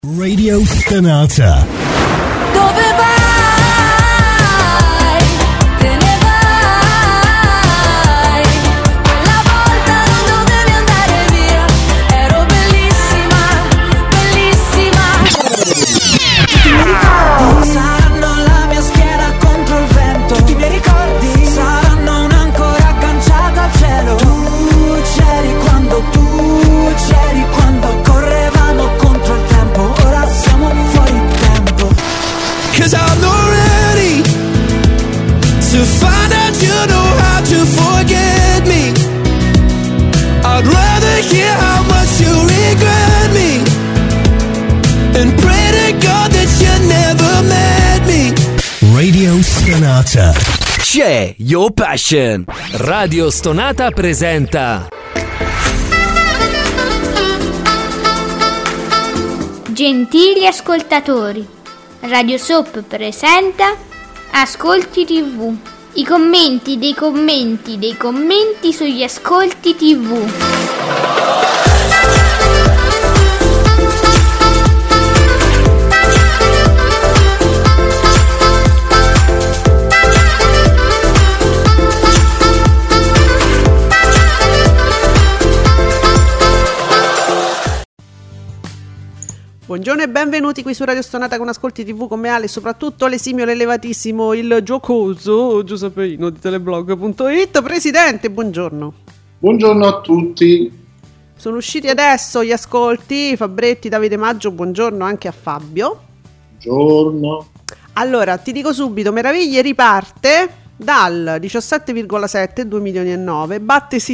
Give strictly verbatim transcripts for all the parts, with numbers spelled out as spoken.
Radio Stanata. Dove vai? Te ne vai. Quella volta non dovevi andare via. Ero bellissima, bellissima. Tutti i miei ricordi saranno la mia schiena contro il vento. Tutti i miei ricordi saranno un'ancora agganciata al cielo. Tu c'eri quando, tu c'eri quando correvamo contro il tempo. Ora siamo fuori tempo. Cause I'm not ready to find out you know how to forget me. I'd rather hear how much you regret me and pray to God that you never met me. Radio Stanata. C'è Your Passion. Radio Stonata presenta Gentili ascoltatori, Radio Soap presenta Ascolti tivù. I commenti dei commenti dei commenti sugli ascolti tivù. Buongiorno e benvenuti qui su Radio Stonata con Ascolti tivù con me Ale e soprattutto l'esimio, l'elevatissimo, il giocoso Giuseppeino di teleblog punto it. Presidente, buongiorno. Buongiorno a tutti. Sono usciti adesso gli ascolti. Fabretti, Davide Maggio, buongiorno anche a Fabio. Buongiorno. Allora, ti dico subito, Meraviglie riparte dal diciassette virgola sette, due milioni e nove, batte si...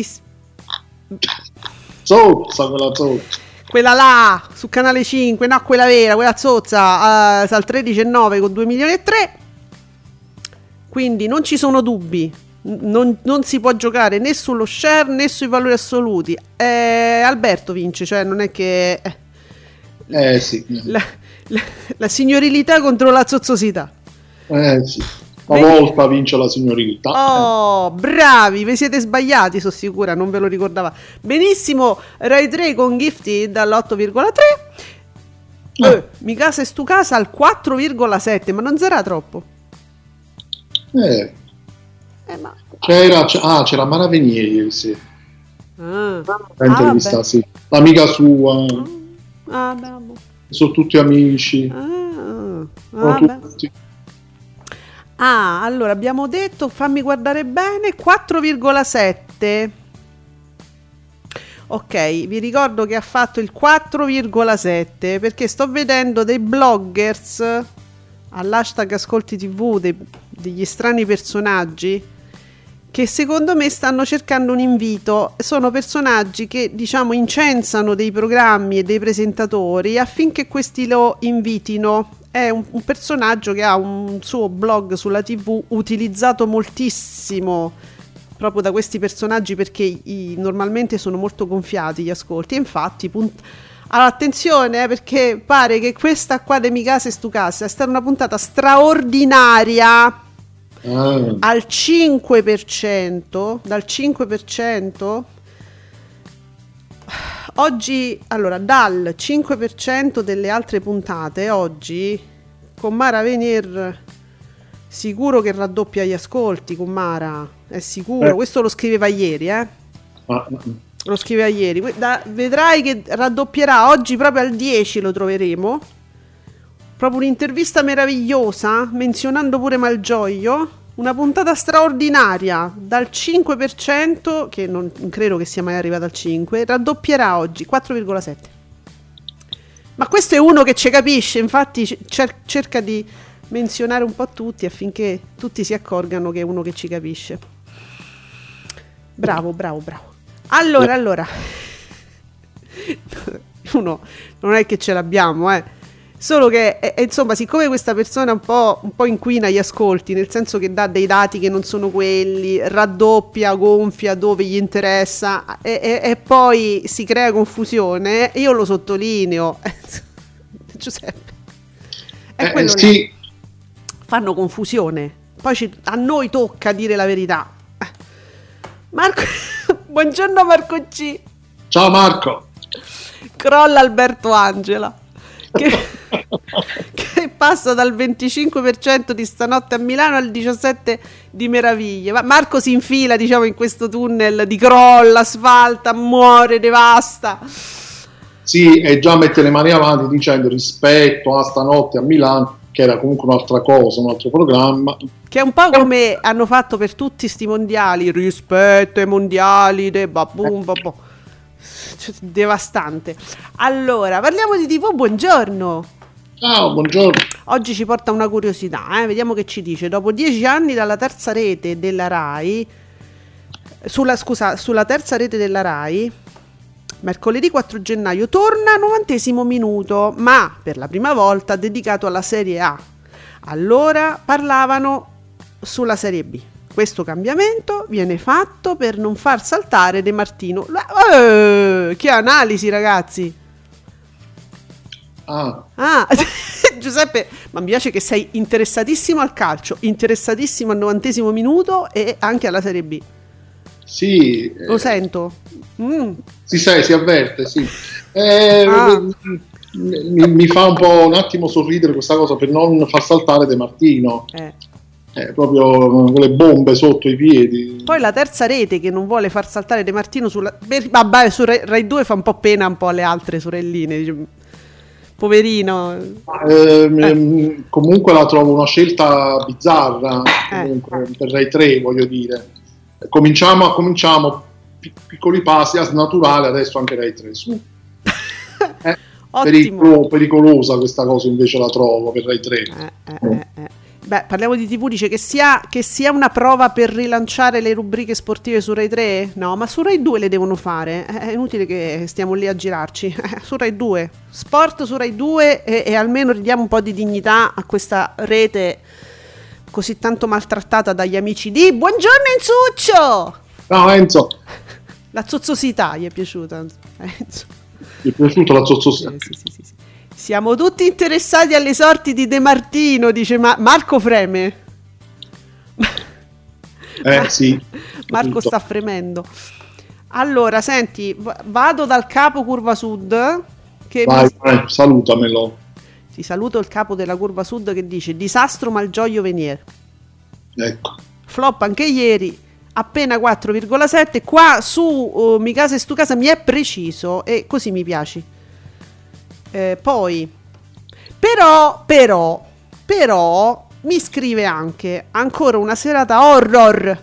Zozza, quella zozza. Quella là, su Canale cinque, no, quella vera, quella zozza, uh, al tredici virgola nove con due milioni e tre. Quindi non ci sono dubbi, non, non si può giocare né sullo share né sui valori assoluti. eh, Alberto vince, cioè non è che eh, eh sì la, la, la signorilità contro la zozzosità. Eh sì, stavolta vince la signorilità. Oh, bravi, vi siete sbagliati, sono sicura, non ve lo ricordava. Benissimo, Rai tre con Gifted all'otto virgola tre. eh. eh, Mi casa e stu casa al quattro virgola sette, ma non sarà troppo? Eh, Eh, ma... c'era, c- ah, c'era Mara Venieri ieri sera. Ah, La intervista, ah, sì. L'amica sua. ah, bravo. Sono tutti amici. Ah, Sono ah, beh. tutti. Ah, allora abbiamo detto, fammi guardare bene, quattro virgola sette. Ok, vi ricordo che ha fatto il quattro virgola sette perché sto vedendo dei bloggers all'hashtag Ascolti tivù, dei, degli strani personaggi che secondo me stanno cercando un invito. Sono personaggi che, diciamo, incensano dei programmi e dei presentatori affinché questi lo invitino. È un, un personaggio che ha un suo blog sulla tivù utilizzato moltissimo proprio da questi personaggi perché i, normalmente sono molto gonfiati gli ascolti. E infatti punt- allora, attenzione eh, perché pare che questa qua de mi casa e stu casa è stata una puntata straordinaria. Ah. Al cinque per cento, dal cinque per cento oggi, allora dal cinque per cento delle altre puntate oggi con Mara Venier sicuro che raddoppia gli ascolti. Con Mara è sicuro, eh. questo lo scriveva ieri eh Ah, lo scriveva ieri. Da, vedrai che raddoppierà oggi, proprio al dieci lo troveremo, proprio un'intervista meravigliosa menzionando pure Malgioglio. Una puntata straordinaria dal cinque per cento, che non credo che sia mai arrivata al cinque, raddoppierà oggi quattro virgola sette. Ma questo è uno che ci capisce, infatti cer- cerca di menzionare un po' tutti affinché tutti si accorgano che è uno che ci capisce. Bravo, bravo, bravo. Allora, allora uno non è che ce l'abbiamo, eh. Solo che, eh, insomma, siccome questa persona un po', un po' inquina gli ascolti, nel senso che dà dei dati che non sono quelli, raddoppia, gonfia dove gli interessa e, e, e poi si crea confusione, io lo sottolineo. Giuseppe, è Eh, quello sì. lì. Fanno confusione, poi ci, a noi tocca dire la verità. Marco, buongiorno Marco C. Ciao Marco. Crolla Alberto Angela. che, che passa dal venticinque per cento di Stanotte a Milano al diciassette per cento di Meraviglie. Ma Marco si infila, diciamo, in questo tunnel di crolla, asfalta, muore, devasta. Sì, e già mette le mani avanti dicendo rispetto a Stanotte a Milano, che era comunque un'altra cosa, un altro programma. Che è un po' come hanno fatto per tutti sti mondiali, rispetto ai mondiali, de babum, babum. Cioè, devastante. Allora, parliamo di tivù, buongiorno. Ciao, buongiorno. Oggi ci porta una curiosità, eh? Vediamo che ci dice. Dopo dieci anni dalla terza rete della Rai, sulla, scusa, sulla terza rete della Rai, mercoledì quattro gennaio torna novantesimo minuto, ma per la prima volta dedicato alla Serie A. Allora parlavano sulla Serie B. Questo cambiamento viene fatto per non far saltare De Martino. Eh, che analisi, ragazzi! Ah, Ah, Giuseppe, ma mi piace che sei interessatissimo al calcio, interessatissimo al novantesimo minuto e anche alla Serie B. sì. Lo eh, sento. Mm. Si sa, si avverte, sì. Eh, Ah. mi, mi fa un po' un attimo sorridere questa cosa per non far saltare De Martino. Eh. Eh, proprio con le bombe sotto i piedi. Poi la terza rete che non vuole far saltare De Martino sulla... per- Vabbè, su Rai, Rai due fa un po' pena un po' alle altre sorelline. dice, Poverino. Eh, Comunque la trovo una scelta bizzarra, Eh. comunque, per Rai tre, voglio dire. Cominciamo, cominciamo pic- piccoli passi, a snaturale adesso anche Rai tre. Su. Eh, Ottimo. pericolo- pericolosa questa cosa invece la trovo per Rai tre. Eh, eh, eh, eh. Beh, parliamo di tivù, dice che sia, che sia una prova per rilanciare le rubriche sportive su Rai tre? No, ma su Rai due le devono fare, è inutile che stiamo lì a girarci. Su Rai due, sport su Rai due e, e almeno ridiamo un po' di dignità a questa rete così tanto maltrattata dagli amici di Buongiorno Enzuccio! No, Enzo, La zozzosità gli è piaciuta, Enzo. mi è piaciuto la zozzosità. Sì, sì, sì, sì, sì. Siamo tutti interessati alle sorti di De Martino, dice Ma- Marco Freme. Eh sì. Marco Tutto. sta fremendo. Allora, senti, v- vado dal capo Curva Sud. Che Vai, mi- vai, salutamelo. Ti saluto il capo della Curva Sud che dice disastro Malgioglio Venier. Ecco. Flop anche ieri, appena quattro virgola sette. Qua su uh, Mi casa e stu casa mi è preciso e così mi piaci. Eh, poi però però però mi scrive anche ancora una serata horror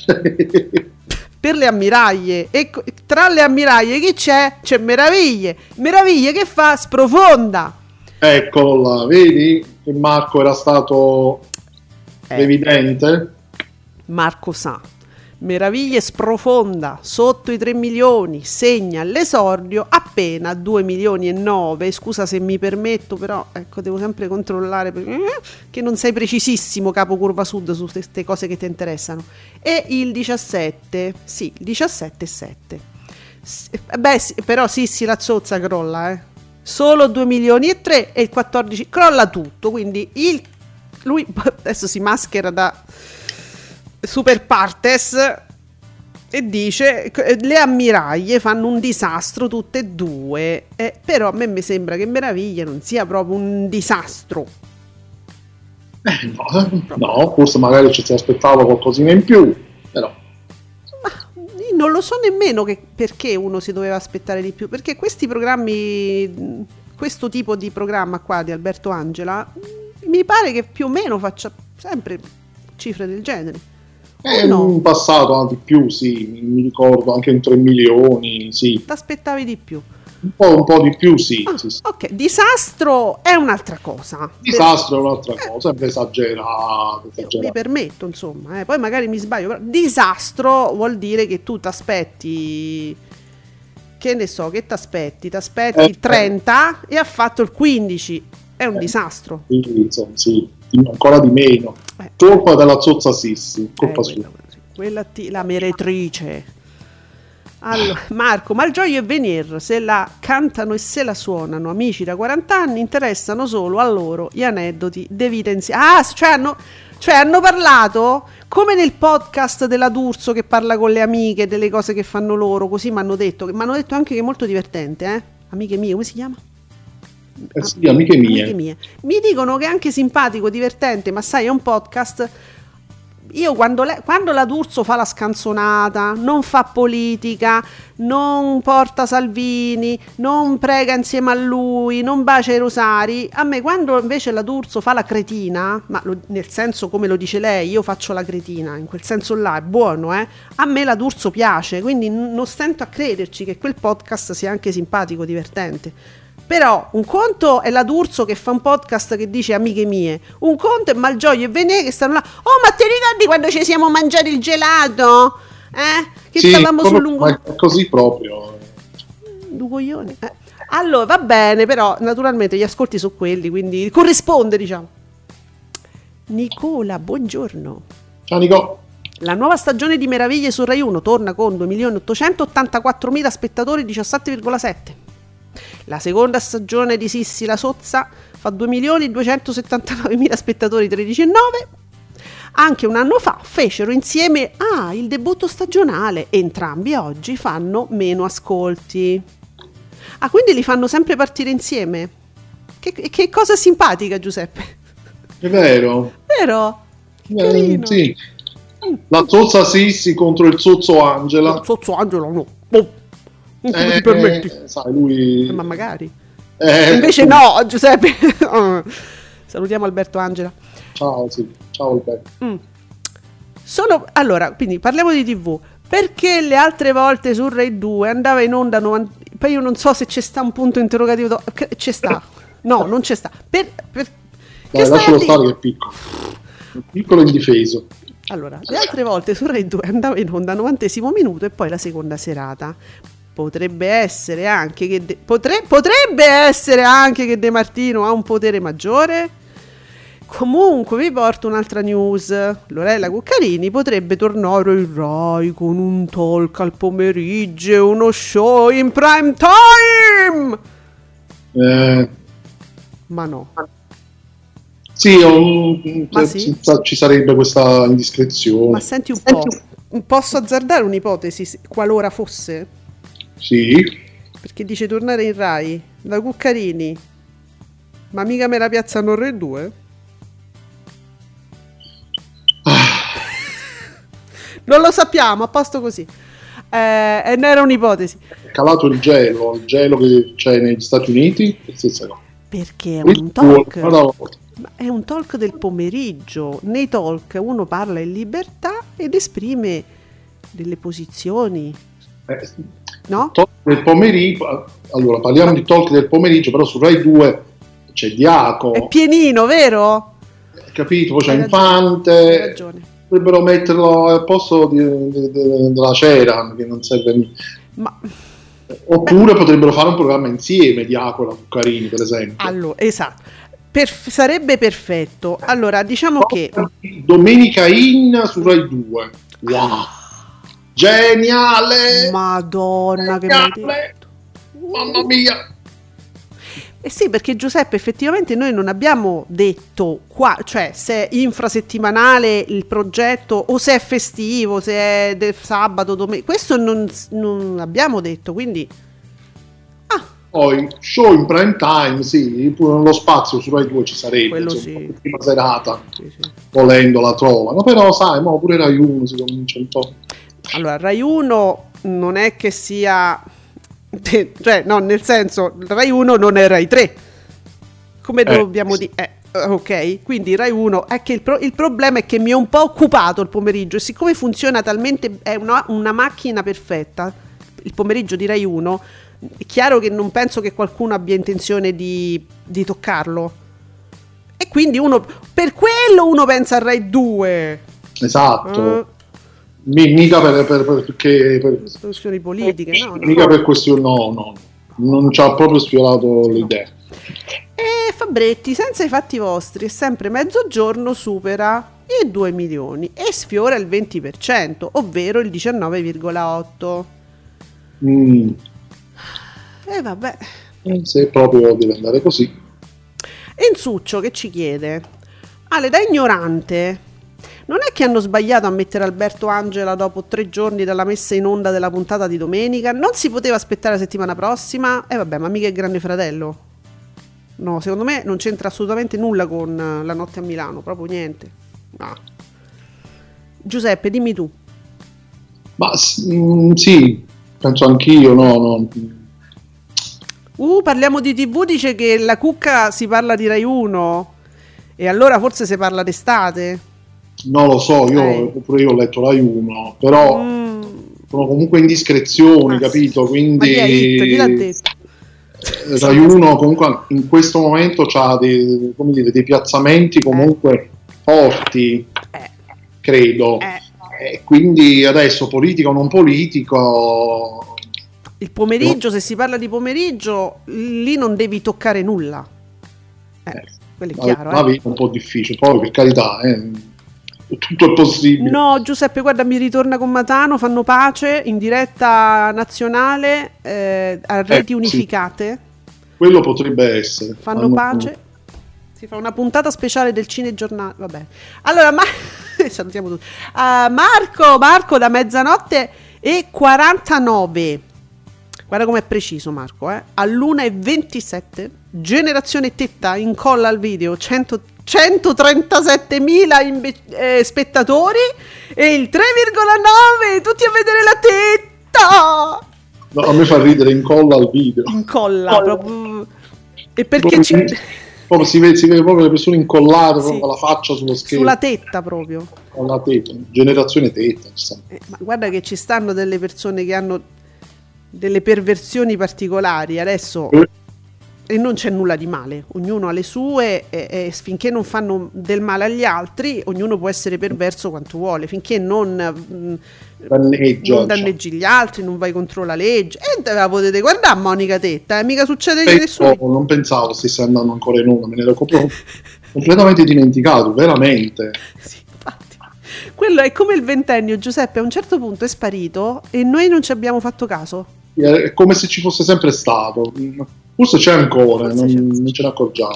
per le ammiraglie e co- tra le ammiraglie chi c'è? C'è Meraviglie. Meraviglie che fa? Sprofonda. Eccolo là, vedi che Marco era stato Eh. evidente. Marco sa. Meraviglie sprofonda sotto i tre milioni, segna all'esordio appena due milioni e nove. Scusa se mi permetto, però ecco, devo sempre controllare perché, eh, che non sei precisissimo capo Curva Sud su queste cose che ti interessano. E il diciassette, sì, il diciassette virgola sette. S- Beh, sì, però sì, sì, la zozza crolla, eh. Solo due milioni e tre e il quattordici crolla tutto, quindi il lui adesso si maschera da Super Partes e dice le ammiraglie fanno un disastro tutte e due, eh, però a me mi sembra che Meraviglia non sia proprio un disastro. Eh, no, no, forse magari ci si aspettava qualcosina in più, però. Ma io non lo so nemmeno che perché uno si doveva aspettare di più, perché questi programmi, questo tipo di programma qua di Alberto Angela, mi pare che più o meno faccia sempre cifre del genere. Eh, No. in passato di più, sì, mi ricordo anche in tre milioni, sì. T'aspettavi di più? Un po', un po' di più, sì. Ah, sì, sì. ok, disastro è un'altra cosa. Disastro è un'altra cosa, sempre esagerato. Io esagerato. mi permetto, insomma, eh, poi magari mi sbaglio, però disastro vuol dire che tu ti aspetti, che ne so, che ti aspetti, ti aspetti Eh, il trenta e ha fatto il quindici, è un Eh. disastro. Sì, insomma, sì, ancora di meno. Eh. Colpa della zozza Sissi, Eh, colpa quella, sua. quella ti- la meretrice. Allora, Marco, Malgioglio e Venier se la cantano e se la suonano amici da quaranta anni, interessano solo a loro gli aneddoti dei vita insieme. Ah, cioè hanno, cioè hanno parlato come nel podcast della D'Urso che parla con le amiche delle cose che fanno loro, così mi hanno detto, mi hanno detto anche che è molto divertente, eh? Amiche mie, come si chiama? Eh sì, amiche mie. Amiche mie. Mi dicono che è anche simpatico, divertente, ma sai, è un podcast. Io quando, le, quando la D'Urso fa la scanzonata, non fa politica, non porta Salvini, non prega insieme a lui, non bacia i rosari, a me quando invece la D'Urso fa la cretina, ma lo, nel senso come lo dice lei, io faccio la cretina, in quel senso là è buono, eh? A me la D'Urso piace, quindi non stento a crederci che quel podcast sia anche simpatico, divertente. Però un conto è la D'Urso che fa un podcast che dice amiche mie, un conto è Malgioglio e Venè che stanno là, oh ma ti ricordi quando ci siamo mangiati il gelato? Eh? Che sì, stavamo sul proprio, lungo... ma è così proprio. Du coglione. Eh. Allora va bene, però naturalmente gli ascolti sono quelli, quindi corrisponde, diciamo. Nicola, buongiorno. Ciao Nico. La nuova stagione di Meraviglie su Rai uno torna con due milioni ottocentottantaquattromila spettatori, diciassette virgola sette. La seconda stagione di Sissi la Sozza fa due milioni duecentosettantanovemila spettatori, tredici virgola nove. Anche un anno fa fecero insieme ah, il debutto stagionale. Entrambi oggi fanno meno ascolti. Ah, quindi li fanno sempre partire insieme? Che, che cosa simpatica, Giuseppe. È vero. Vero? Che Eh, carino. sì. La Zozza Sissi contro il Zozzo Angela. Zozzo Angelo no. Oh. Non come Eh, ti permetti? eh, sai, lui... Eh, ma magari. Eh, Invece no, Giuseppe. Salutiamo Alberto Angela. Ciao, sì. Ciao Alberto. Mm. Sono, allora, quindi parliamo di tivù. Perché le altre volte su Rai due andava in onda novanta, poi io non so se c'è sta un punto interrogativo, do- che- c'è sta. No, non c'è sta. Per, per, che Dai, stai lascialo a dire? stare che è piccolo. È piccolo e indifeso. Allora, le altre volte su Rai due andava in onda al novantesimo minuto e poi la seconda serata. Potrebbe essere anche che De, potre, potrebbe essere anche che De Martino ha un potere maggiore. Comunque vi porto un'altra news. Lorella Cuccarini potrebbe tornare in Rai con un talk al pomeriggio e uno show in prime time. Eh, Ma no. sì, un- Ma ci- sì? ci sarebbe questa indiscrezione. Ma senti un po', posso azzardare un'ipotesi se- qualora fosse? Sì. Perché dice tornare in Rai la Cuccarini, ma mica me la piazzano Rai due? Non lo sappiamo, a posto così. Eh, e ne era un'ipotesi. È calato il gelo, il gelo che c'è negli Stati Uniti, è la stessa cosa. Perché è un Il talk. tuo- no, no. Ma è un talk del pomeriggio. Nei talk uno parla in libertà ed esprime delle posizioni, Eh, no? talk del pomeriggio, allora parliamo di talk del pomeriggio, però su Rai due c'è Diaco, È pienino, vero? capito? Poi c'è Hai ragione, Infante, hai ragione. dovrebbero metterlo al posto di- di- di- della Cera, che non serve a niente. Ma Oppure potrebbero fare un programma insieme, Diaco e la Cuccarini, per esempio. allora, esatto. Per- sarebbe perfetto. Allora, diciamo che Domenica in su Rai due. Wow. Geniale! Madonna che mi hai Geniale! detto. Mamma mia! Eh sì, perché Giuseppe, effettivamente noi non abbiamo detto qua, cioè se è infrasettimanale il progetto o se è festivo, se è del sabato, domenica, questo non, non abbiamo detto, quindi Poi show in prime time, sì, pure lo spazio su Rai due ci sarebbe, Quello insomma, sì. prima serata, sì, sì. volendo la trovano, però sai, mo pure Rai uno si comincia un po'. Allora, Rai uno non è che sia, cioè no, nel senso, Rai uno non è Rai tre, come Eh, dobbiamo sì. dire, eh, ok, quindi Rai uno è che il, pro- il problema è che mi è un po' occupato il pomeriggio e siccome funziona talmente, è una, una macchina perfetta il pomeriggio di Rai uno, è chiaro che non penso che qualcuno abbia intenzione di, di toccarlo e quindi uno, per quello uno pensa a Rai due. Esatto. Eh, Mi- mica per, per, per- perché per, questioni politiche, no? no. mica per questione, no, no, non ci ha proprio sfiorato l'idea. E Fabretti, senza i fatti vostri, è sempre mezzogiorno supera i due milioni e sfiora il venti per cento, ovvero il diciannove virgola otto. Mm, E vabbè. se proprio deve andare così. Enzuccio che ci chiede: Ale, da ignorante, non è che hanno sbagliato a mettere Alberto Angela dopo tre giorni dalla messa in onda della puntata di domenica? Non si poteva aspettare la settimana prossima? E vabbè, ma mica è Grande Fratello. no, secondo me non c'entra assolutamente nulla con eh, La notte a Milano, proprio niente. No. Giuseppe, dimmi tu. Ma s- mm, sì, penso anch'io, no, no. Uh, parliamo di tivù, dice che la cucca si parla di Rai uno e allora forse si parla d'estate. Non lo so, io Eh. pure io ho letto Rai uno, però Mm. sono comunque indiscrezioni, Ma capito? sì. Quindi Ma chi è Hit? Chi l'ha detto? eh, Rai uno comunque in questo momento ha dei, come dire, dei piazzamenti comunque forti, Eh. credo. Eh. E quindi adesso politica o non politico, Il pomeriggio, se si parla di pomeriggio, lì non devi toccare nulla. Eh, quello è la, chiaro. la eh. vita è un po' difficile, poi per carità, eh, tutto è possibile. No, Giuseppe, guarda, mi ritorna con Matano, fanno pace in diretta nazionale eh, a reti sì. unificate. Quello potrebbe essere. Fanno pace. Si fa una puntata speciale del cinegiornale. Vabbè. Allora, ma salutiamo tutti. Ah, Marco, Marco da mezzanotte e quarantanove. Guarda com'è preciso Marco, eh. All'una e ventisette. Generazione Tetta incolla al video cento centotrentasettemila imbe- eh, spettatori e il tre virgola nove tutti a vedere la tetta. No, a me fa ridere, incolla al video. Incolla proprio. E perché c'è Proprio si, vede, si vede proprio le persone incollate Sì. proprio con la faccia sullo schermo. sulla tetta proprio. Con la teta, generazione teta. Ci Eh, ma guarda che ci stanno delle persone che hanno delle perversioni particolari adesso Eh. e non c'è nulla di male, ognuno ha le sue e, e finché non fanno del male agli altri ognuno può essere perverso quanto vuole, finché non, mh, Danneggia, non danneggi gli altri, non vai contro la legge e te la potete guardare Monica Tetta, eh, mica succede a Penso- nessuno. non pensavo stesse andando ancora in onda, me ne ero proprio completamente dimenticato, veramente. Sì, infatti. Quello è come il ventennio, Giuseppe, a un certo punto è sparito e noi non ci abbiamo fatto caso. È come se ci fosse sempre stato. Forse c'è ancora, Forse non, c'è. non ce ne accorgiamo.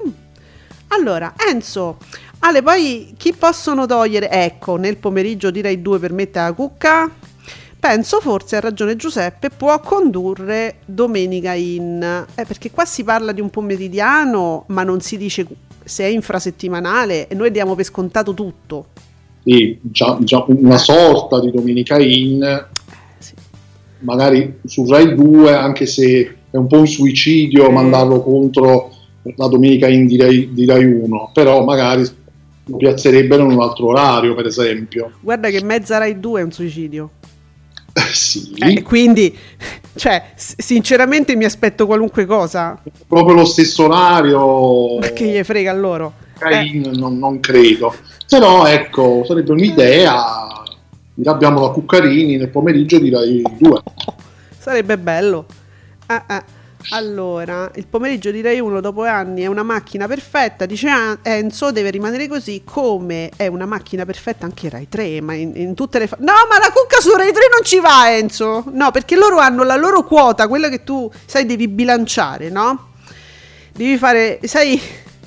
Allora, Enzo, Ale, poi chi possono togliere? Ecco, nel pomeriggio direi due per mettere la cucca. Penso forse, ha ragione Giuseppe, può condurre Domenica in... Eh, perché qua si parla di un pomeridiano, ma non si dice se è infrasettimanale e noi diamo per scontato tutto. Sì, già, già una sorta di Domenica In, Sì. magari su Rai due, anche se è un po' un suicidio Eh. mandarlo contro la Domenica In di Rai, di Rai uno, però magari lo piazzerebbero in un altro orario, per esempio. Guarda che mezza Rai due è un suicidio. Eh, sì, Eh, quindi, cioè, s- sinceramente mi aspetto qualunque cosa. proprio lo stesso orario. Ma che gli frega a loro? Rai Eh. In non, non credo. Però ecco, sarebbe un'idea. Abbiamo la Cuccarini nel pomeriggio di Rai due. Sarebbe bello. Ah, ah. Allora, il pomeriggio di Rai uno dopo anni è una macchina perfetta, dice An- Enzo, deve rimanere così, come è una macchina perfetta anche Rai tre, ma in, in tutte le fa- No, ma la cucca su Rai tre non ci va, Enzo. No, perché loro hanno la loro quota, quella che tu, sai, devi bilanciare, no? Devi fare, sai,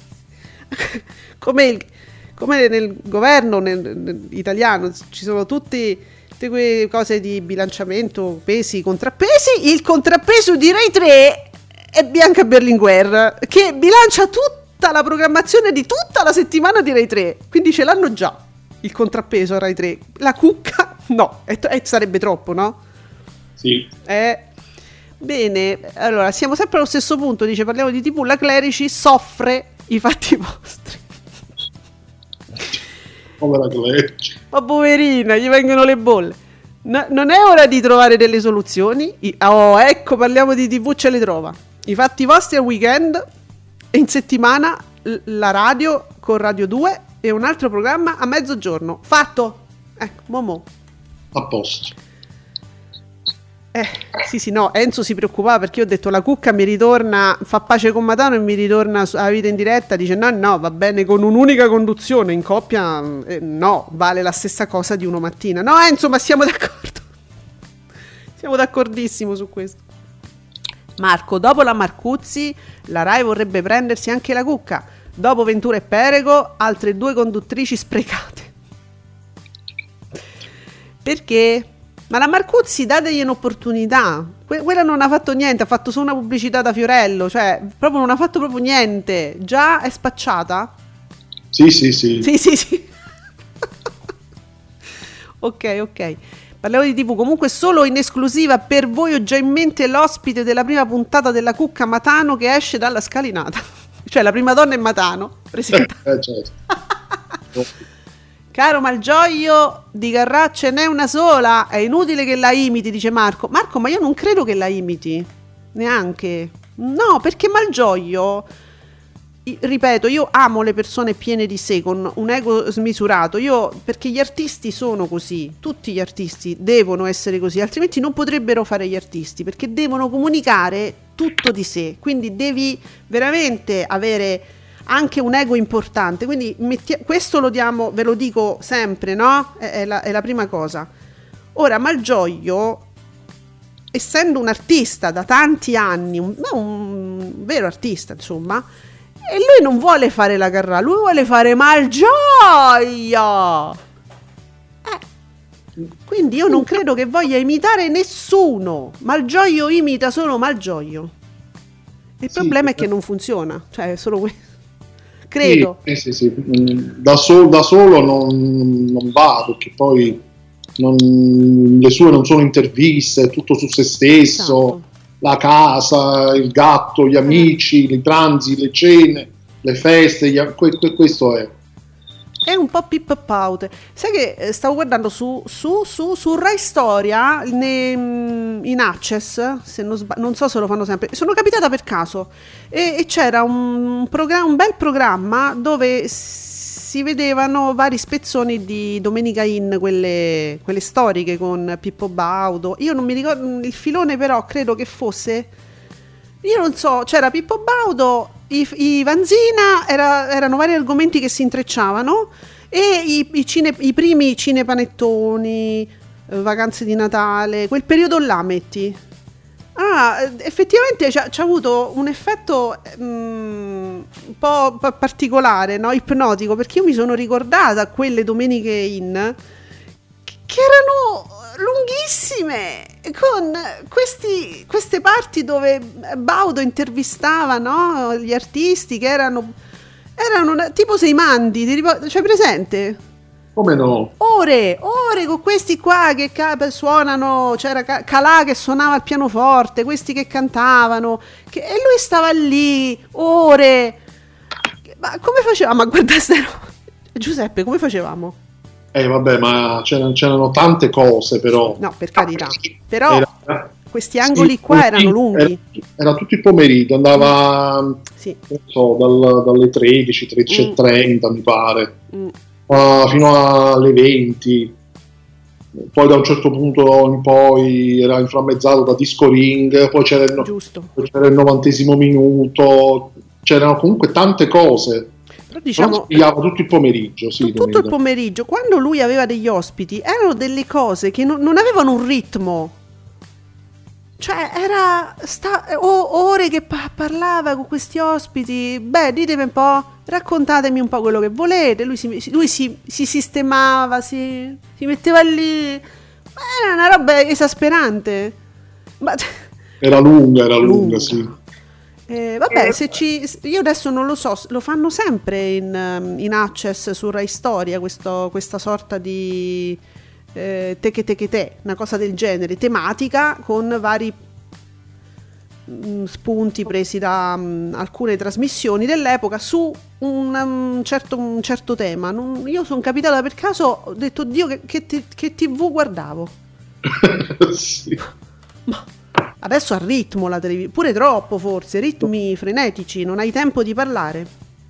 come, il- come nel governo nel, nel italiano ci sono tutti tutte quelle cose di bilanciamento, pesi, contrappesi. Il contrappeso di Rai tre è Bianca Berlinguer, che bilancia tutta la programmazione di tutta la settimana di Rai tre, quindi ce l'hanno già il contrappeso a Rai tre. La cucca no, è, è- sarebbe troppo, no? Sì. Eh, bene, allora siamo sempre allo stesso punto, dice parliamo di tivù, la Clerici soffre i fatti vostri. Povera Clerici. Ma poverina, gli vengono le bolle. No, non è ora di trovare delle soluzioni. I- oh, ecco, parliamo di tivù, ce le trova. I fatti vostri al weekend e in settimana l- la radio con Radio due e un altro programma a mezzogiorno. Fatto. Ecco, Momo. A posto. Eh, sì, sì, no, Enzo si preoccupava perché io ho detto la cucca mi ritorna, fa pace con Matano e mi ritorna su- alla vita in diretta, dice no, no, va bene con un'unica conduzione, in coppia, eh, no, vale la stessa cosa di uno mattina. No, Enzo, ma siamo d'accordo. Siamo d'accordissimo su questo. Marco, dopo la Marcuzzi, la Rai vorrebbe prendersi anche la cucca. Dopo Ventura e Perego, altre due conduttrici sprecate. Perché? Ma la Marcuzzi dategli un'opportunità. Que- quella non ha fatto niente, ha fatto solo una pubblicità da Fiorello, cioè proprio non ha fatto proprio niente. Già è spacciata? Sì, sì, sì. Sì, sì, sì. Ok, ok. Parliamo di tivù. Comunque solo in esclusiva per voi ho già in mente l'ospite della prima puntata della Cucca Matano che esce dalla scalinata. Cioè la prima donna è Matano. Presenta. Eh, certo. Caro Malgioglio, di Garrà ce n'è una sola, è inutile che la imiti, dice Marco. Marco, ma io non credo che la imiti, neanche. No, perché Malgioglio, i- ripeto, io amo le persone piene di sé, con un ego smisurato, io, perché gli artisti sono così, tutti gli artisti devono essere così, altrimenti non potrebbero fare gli artisti, perché devono comunicare tutto di sé, quindi devi veramente avere anche un ego importante, quindi metti- questo lo diamo, ve lo dico sempre, no? È, è la, è la prima cosa. Ora Malgioglio, essendo un artista da tanti anni, un, un vero artista insomma, e lui non vuole fare la Garrà, lui vuole fare Malgioglio, eh. Quindi io non credo che voglia imitare nessuno. Malgioglio imita solo Malgioglio. Il Sì, problema è che eh. non funziona, cioè è solo questo. Credo. Sì, sì, sì. Da, sol- da solo non, non va, perché poi non- le sue non sono interviste, è tutto su se stesso, Esatto. la casa, il gatto, gli amici, i pranzi, le cene, le feste, gli a- que- que- questo è. È un po' Pippo Paute. Sai che eh, stavo guardando su, su, su, su Rai Storia ne- in Access, se non, sba- non so se lo fanno sempre. Sono capitata per caso e, e c'era un, progra- un bel programma dove si vedevano vari spezzoni di Domenica In, quelle, quelle storiche con Pippo Baudo. Io non mi ricordo il filone, però credo che fosse. Io non so, c'era Pippo Baudo, i, i Vanzina, era- erano vari argomenti che si intrecciavano e i, i cine- i primi cinepanettoni, eh, vacanze di Natale, quel periodo là metti. Ah, eh, effettivamente c'ha, c'ha avuto un effetto mm, un po' pa- particolare, no? Ipnotico, perché io mi sono ricordata quelle Domeniche In che che erano lunghissime, con questi, queste parti dove Baudo intervistava, no, gli artisti che erano, erano una- tipo sei mandi, ti ripor- c'hai presente? Come no? Ore, ore con questi qua che ca- suonano, c'era Ca- Calà che suonava il pianoforte, questi che cantavano, che- e lui stava lì, ore. Ma come facevamo a guardare ste robe? Giuseppe, come facevamo? Eh vabbè, ma c'erano, c'erano tante cose, però. No, per carità, però Era- questi angoli sì, qua erano lunghi. Era, era tutto il pomeriggio, andava Sì. non so, dal- dalle tredici, tredici e trenta mi pare, Mm. uh, fino alle venti. Poi da un certo punto in poi era inframmezzato da Disco Ring, poi c'era il, no- Giusto. poi c'era il novantesimo minuto, c'erano comunque tante cose. Però Diciamo, diciamo spiegava tutto il pomeriggio, sì, tu- tutto il domenica. pomeriggio, quando lui aveva degli ospiti, erano delle cose che non, non avevano un ritmo. Cioè, era sta, o- ore che pa- parlava con questi ospiti. Beh, ditemi un po', raccontatemi un po' quello che volete. Lui si, lui si, si sistemava, si, si metteva lì. Ma era una roba esasperante. Ma, Era lunga, era lunga, Lunga. sì. eh, vabbè, se ci, io adesso non lo so, lo fanno sempre in, um, in Access su Rai Storia, questo, questa sorta di eh, teche teche te, una cosa del genere, tematica con vari mm, spunti presi da mm, alcune trasmissioni dell'epoca su un, um, certo, un certo tema. Non- io sono capitata per caso, ho detto Dio che, che, ti- che tivù guardavo. Sì. Adesso a ritmo la televisione, pure troppo forse, ritmi frenetici, non hai tempo di parlare.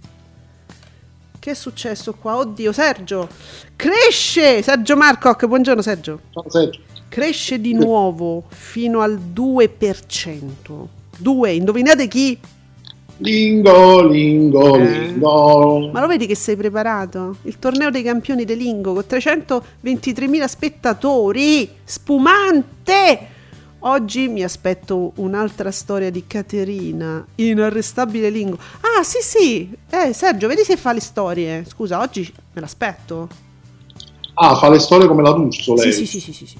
Che è successo qua? Oddio, Sergio, cresce! Sergio Marcoc, buongiorno Sergio. Ciao, Sergio. Cresce di nuovo fino al due per cento. due, indovinate chi? Lingo, lingo, Eh. lingo. Ma lo vedi che sei preparato? Il torneo dei campioni di Lingo con trecentoventitremila spettatori, spumante! Oggi mi aspetto un'altra storia di Caterina, inarrestabile Lingo. Ah, sì, sì. Eh, Sergio, vedi se fa le storie. Scusa, oggi me l'aspetto. Ah, fa le storie come la D'Urso, lei. Sì, sì, sì, sì, sì, sì.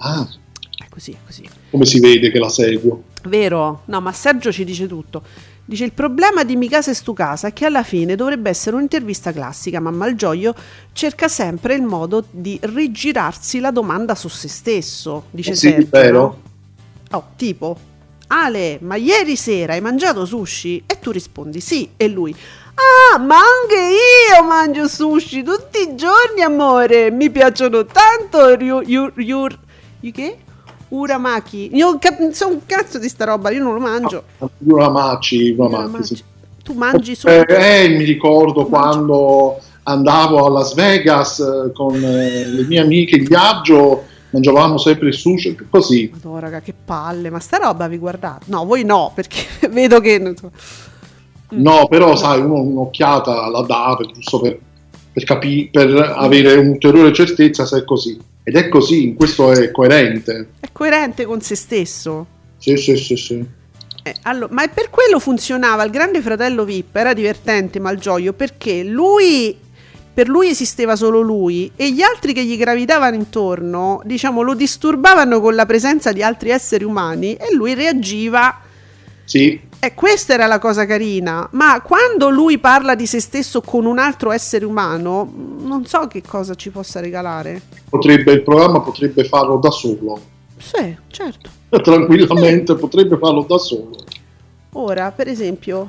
Ah, È così, è così. come si vede che la seguo. Vero? No, ma Sergio ci dice tutto. Dice: il problema di Mi casa è stu casa è che alla fine dovrebbe essere un'intervista classica, ma Malgioglio cerca sempre il modo di rigirarsi la domanda su se stesso. Dice Eh sì, Sergio. vero. No? Oh, tipo: Ale, ma ieri sera hai mangiato sushi? E tu rispondi sì, e lui: ah, ma anche io mangio sushi tutti i giorni, amore. Mi piacciono tanto. Ryu, yu, yu, yu, che? Uramaki. Io cap- so un cazzo di sta roba, io non lo mangio. Uramaki, Uramaki, Uramaki. sì. Tu mangi su. Eh, eh, mi ricordo Tu quando andavo a Las Vegas eh, con eh, le mie amiche in viaggio, mangiavamo sempre il sushi, così. Madonna, raga, che palle, ma sta roba vi guardate? No, voi no, perché vedo che non so. No, però sai, uno un'occhiata la dà per, giusto per, per capire, per avere un'ulteriore certezza se è così. Ed è così, questo è coerente. È coerente con se stesso. Sì, sì, sì, sì. Eh, allora, ma è per quello funzionava il Grande Fratello V I P, era divertente Malgioglio, perché lui, per lui esisteva solo lui e gli altri che gli gravitavano intorno, diciamo, lo disturbavano con la presenza di altri esseri umani e lui reagiva. Sì. E questa era la cosa carina, ma quando lui parla di se stesso con un altro essere umano, non so che cosa ci possa regalare. Potrebbe, il programma potrebbe farlo da solo. Sì, certo. Tranquillamente potrebbe farlo da solo. Ora, per esempio,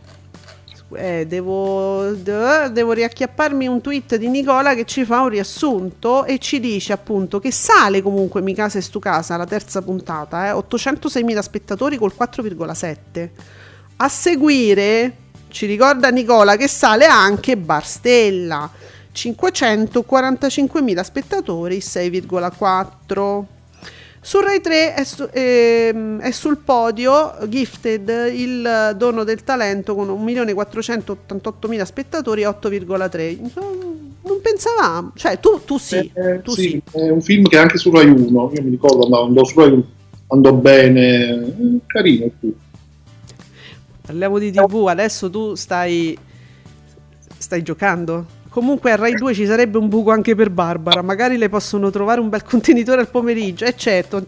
eh, devo, de- devo riacchiapparmi un tweet di Nicola che ci fa un riassunto e ci dice appunto che sale comunque Mi casa è stu casa, la terza puntata, eh, ottocentoseimila spettatori col quattro virgola sette. A seguire ci ricorda Nicola che sale anche Barstella, cinquecentoquarantacinquemila spettatori, sei virgola quattro. Su Rai tre è, su, ehm, è sul podio Gifted, il dono del talento, con un milione quattrocentottantottomila spettatori, otto virgola tre. Non pensavamo, cioè tu, tu sì, Eh, tu sì, sì. è un film che anche su Rai uno, io mi ricordo andavo, andavo su Rai uno, andò bene, eh, carino il film. Parliamo di tivù, adesso tu stai stai giocando. Comunque a Rai due ci sarebbe un buco anche per Barbara, magari le possono trovare un bel contenitore al pomeriggio, e certo.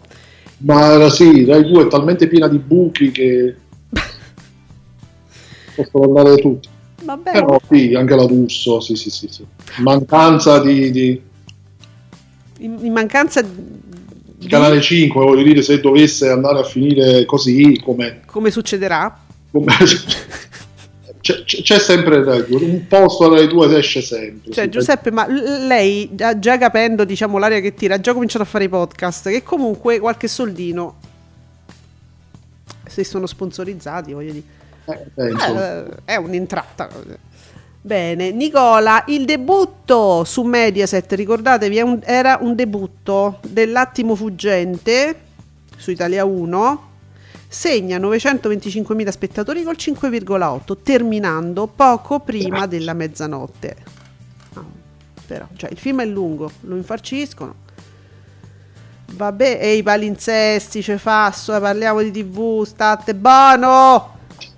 Ma sì, Rai due è talmente piena di buchi che possono andare tutti. Vabbè. Però sì, anche la Russo, sì, sì, sì, sì. Mancanza di, di... In, in mancanza di Canale cinque, voglio dire, se dovesse andare a finire così, come, come succederà? come... c'è, c'è sempre Rai due, un posto alla Rai due esce sempre. Cioè sì. Giuseppe, ma l- lei già, già capendo, diciamo, l'aria che tira, ha già cominciato a fare i podcast, che comunque qualche soldino, se sono sponsorizzati, voglio dire, Eh, penso. eh, è un'entrata. Bene, Nicola, il debutto su Mediaset, ricordatevi, è un- era un debutto dell'attimo fuggente su Italia uno, segna novecentoventicinquemila spettatori col cinque virgola otto, terminando poco prima della mezzanotte. Ah, però, cioè, il film è lungo, lo infarciscono. Vabbè, e i palinsesti, ce fasso, eh, parliamo di tivù, state buono!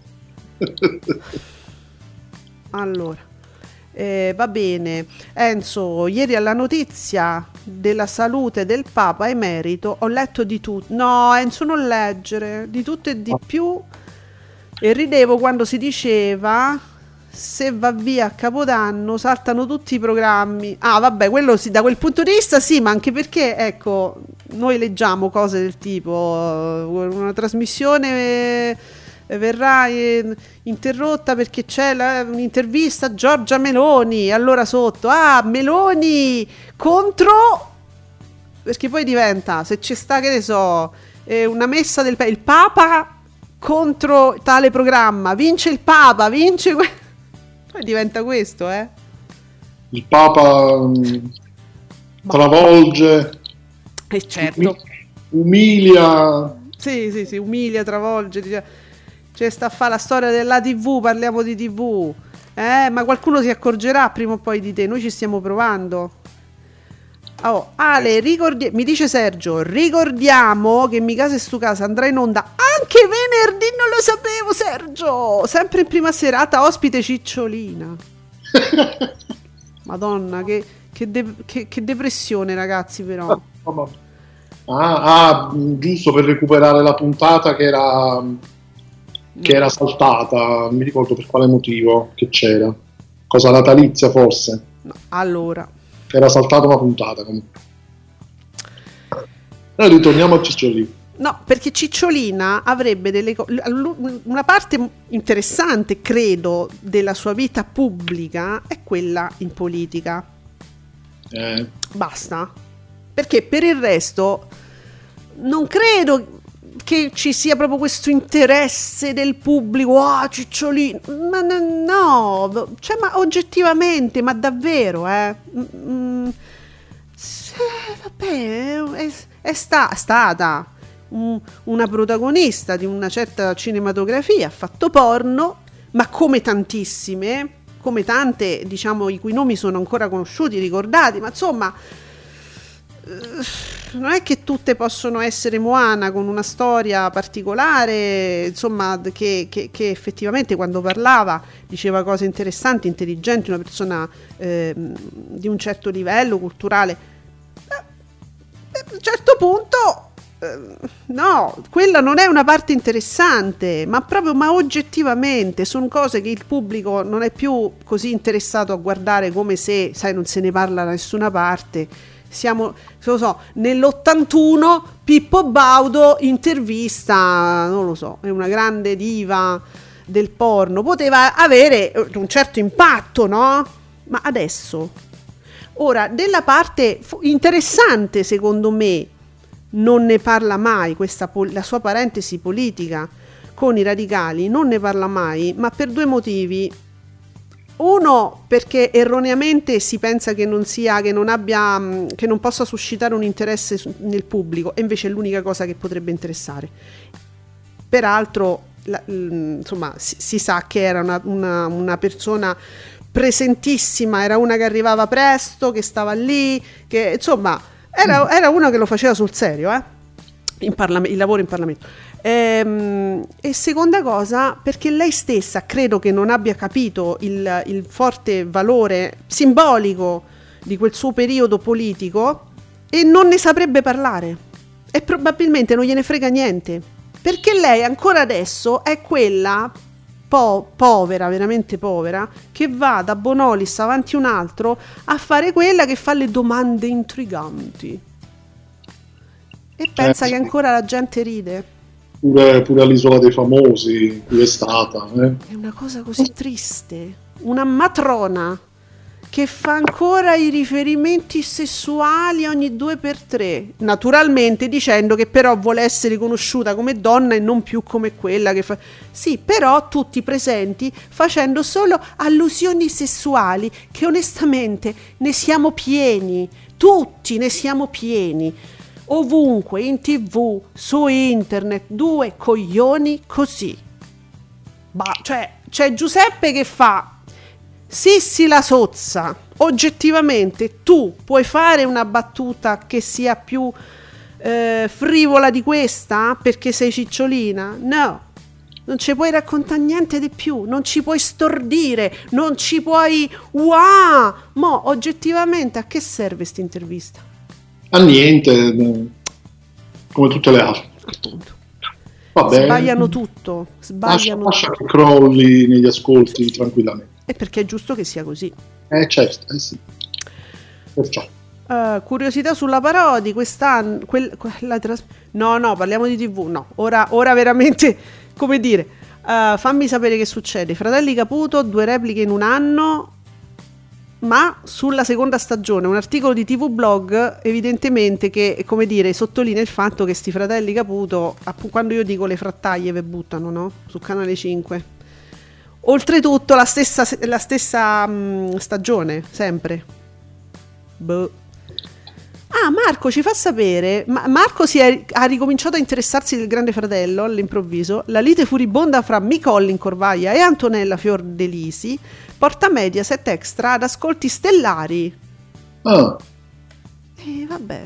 Allora, eh, va bene. Enzo, ieri alla notizia della salute del Papa Emerito ho letto di tutto. No, Enzo, non leggere, di tutto e di più. E ridevo quando si diceva: se va via a Capodanno saltano tutti i programmi. Ah, vabbè, quello sì, da quel punto di vista sì, ma anche perché, ecco, noi leggiamo cose del tipo una trasmissione eh, verrà eh, interrotta perché c'è la, un'intervista a Giorgia Meloni, allora sotto, ah, Meloni contro, perché poi diventa, se ci sta, che ne so, eh, una messa del il Papa contro tale programma, vince il Papa, vince que- poi diventa questo, eh Il Papa mh, travolge, e certo, umilia. sì sì sì, umilia, travolge, dice, cioè sta a fare la storia della tivù, parliamo di tivù, eh, ma qualcuno si accorgerà prima o poi di te, noi ci stiamo provando. Oh, Ale, ricordi- mi dice Sergio, ricordiamo che Mi casa è stu casa andrà in onda anche venerdì, non lo sapevo Sergio, sempre in prima serata, ospite Cicciolina. Madonna, che, che, de- che, che depressione, ragazzi, però. Ah, ah, giusto, per recuperare la puntata che era che era saltata, non mi ricordo per quale motivo che c'era. Cosa natalizia forse? No, allora. Era saltata una puntata comunque. Noi ritorniamo a Cicciolina. No, perché Cicciolina avrebbe delle co- l- una parte interessante, credo, della sua vita pubblica è quella in politica. Eh. Basta. Perché per il resto non credo che ci sia proprio questo interesse del pubblico. Ah, oh, Cicciolina. Ma n- no, cioè, ma oggettivamente, ma davvero, eh. Mm, sì, vabbè, è, è sta- stata un, una protagonista di una certa cinematografia, ha fatto porno, ma come tantissime, come tante, diciamo, i cui nomi sono ancora conosciuti, ricordati, ma insomma non è che tutte possono essere Moana con una storia particolare, insomma, che, che, che effettivamente quando parlava diceva cose interessanti, intelligenti, una persona eh, di un certo livello culturale. Eh, a un certo punto eh, no, quella non è una parte interessante, ma proprio ma oggettivamente sono cose che il pubblico non è più così interessato a guardare, come se, sai, non se ne parla da nessuna parte. Siamo, lo so, nell'ottantuno Pippo Baudo intervista, non lo so, è una grande diva del porno, poteva avere un certo impatto, no? Ma adesso, ora, della parte interessante, secondo me, non ne parla mai, questa, la sua parentesi politica con i radicali, non ne parla mai, ma per due motivi. Uno, perché erroneamente si pensa che non sia, che non abbia, che non possa suscitare un interesse nel pubblico, e invece è l'unica cosa che potrebbe interessare. Peraltro, la, insomma, si, si sa che era una, una, una persona presentissima, era una che arrivava presto, che stava lì, che insomma era, era una che lo faceva sul serio, eh? In Parlam- il lavoro in Parlamento. Ehm, e seconda cosa, perché lei stessa credo che non abbia capito il, il forte valore simbolico di quel suo periodo politico e non ne saprebbe parlare, e probabilmente non gliene frega niente, perché lei ancora adesso è quella po- povera, veramente povera, che va da Bonolis avanti un altro a fare quella che fa le domande intriganti e pensa eh, che ancora la gente ride. Pure, pure all'Isola dei Famosi, qui è stata. Eh. È una cosa così triste. Una matrona che fa ancora i riferimenti sessuali ogni due per tre. Naturalmente dicendo che però vuole essere conosciuta come donna e non più come quella che fa. Sì, però tutti presenti facendo solo allusioni sessuali, che onestamente ne siamo pieni. Tutti ne siamo pieni. Ovunque, in tv, su internet, due coglioni così. Bah, cioè, c'è Giuseppe che fa Sissi la sozza. Oggettivamente tu puoi fare una battuta che sia più eh, frivola di questa perché sei Cicciolina? No, non ci puoi raccontare niente di più, non ci puoi stordire, non ci puoi wow. Mo oggettivamente a che serve sta intervista? A niente, come tutte le altre. Appunto. Vabbè, sbagliano tutto, sbagliano lascia, lascia che crolli negli ascolti tranquillamente. E perché è giusto che sia così. Eh certo, eh sì. Perciò. Uh, curiosità sulla Parodi quest'anno, quel, quella tras- no no parliamo di tv, no, ora, ora veramente, come dire, uh, fammi sapere che succede. Fratelli Caputo, due repliche in un anno, ma sulla seconda stagione, un articolo di T V Blog evidentemente che, come dire, sottolinea il fatto che sti fratelli Caputo, app- quando io dico le frattaglie ve buttano, no? Su Canale cinque. Oltretutto la stessa, la stessa mh, stagione, sempre. Boh. Ah, Marco ci fa sapere, ma Marco si è, ha ricominciato a interessarsi del Grande Fratello all'improvviso. La lite furibonda fra Micollin Corvaia e Antonella Fiordelisi porta Mediaset Extra ad ascolti stellari. Ah. E vabbè.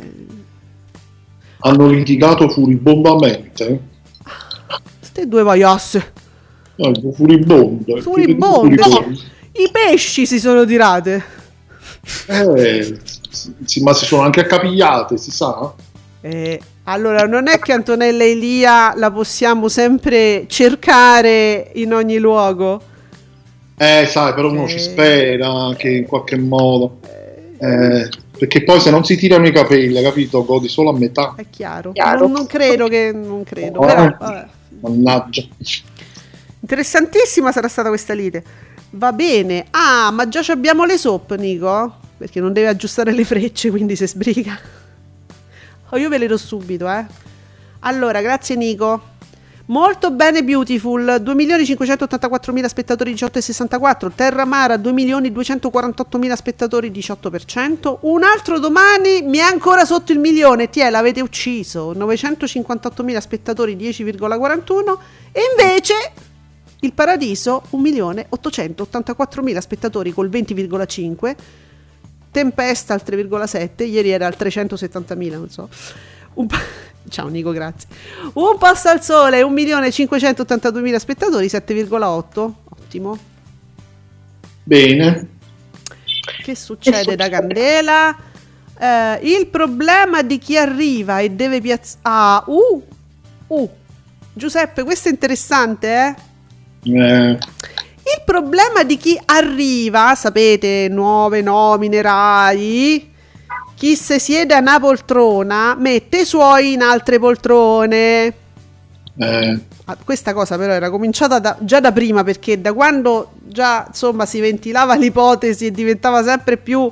Hanno litigato furibondamente. Ste due vaiasse. No, furibonde. Furibonde. Furibonde. I pesci si sono tirate. Eh, sì, ma si sono anche accapigliate, si sa? Eh, allora, non è che Antonella Elia la possiamo sempre cercare in ogni luogo. Eh, sai, però uno Eh. ci spera che in qualche modo. Eh, perché poi se non si tirano i capelli, capito? Godi solo a metà. È chiaro. Chiaro. Non, non credo che. Non credo. Oh, Però, vabbè. Mannaggia. Interessantissima sarà stata questa lite. Va bene. Ah, ma già ci abbiamo le soap, Nico? Perché non deve aggiustare le frecce, quindi se sbriga. Oh, io ve le do subito, eh. Allora, grazie Nico. Molto bene Beautiful, due milioni cinquecentoottantaquattromila spettatori, diciotto virgola sessantaquattro. Terra Mara, due milioni duecentoquarantottomila spettatori, diciotto per cento. Un altro domani mi è ancora sotto il milione, ti è, l'avete ucciso, novecentocinquantottomila spettatori, dieci virgola quarantuno. E invece Il Paradiso, un milione ottocentottantaquattromila spettatori col venti virgola cinque. Tempesta al tre virgola sette, ieri era al trecentosettantamila, non so. Un pa- Ciao Nico, grazie. Un Posto al Sole, un milione cinquecentottantaduemila spettatori, sette virgola otto. Ottimo. Bene. Che succede da Candela? Eh, il problema di chi arriva e deve piazzare... Ah, uh, uh. Giuseppe, questo è interessante, eh? Eh, Il problema di chi arriva, sapete, nuove nomine Rai... Chi se siede a una poltrona mette i suoi in altre poltrone. eh, Ah, questa cosa però era cominciata da- già da prima, perché da quando già insomma si ventilava l'ipotesi e diventava sempre più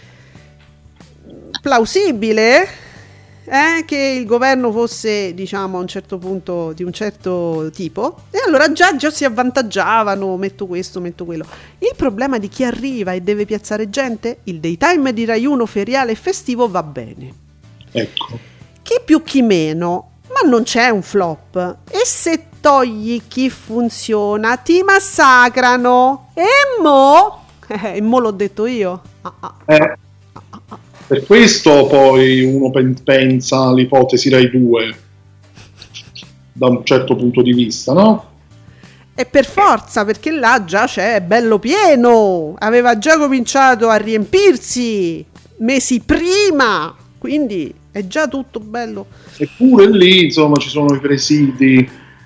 plausibile eh, che il governo fosse, diciamo, a un certo punto di un certo tipo, e allora già, già si avvantaggiavano, metto questo, metto quello. Il problema di chi arriva e deve piazzare gente, il daytime di Rai uno feriale e festivo va bene, ecco. chi più chi meno, ma non c'è un flop, e se togli chi funziona ti massacrano, e mo eh, e mo l'ho detto io. Ah, ah. Eh, per questo poi uno pen- pensa all'ipotesi Rai due da un certo punto di vista, no? E per forza, perché là già c'è bello pieno, aveva già cominciato a riempirsi mesi prima, quindi è già tutto bello. Eppure lì, insomma, ci sono i presidi,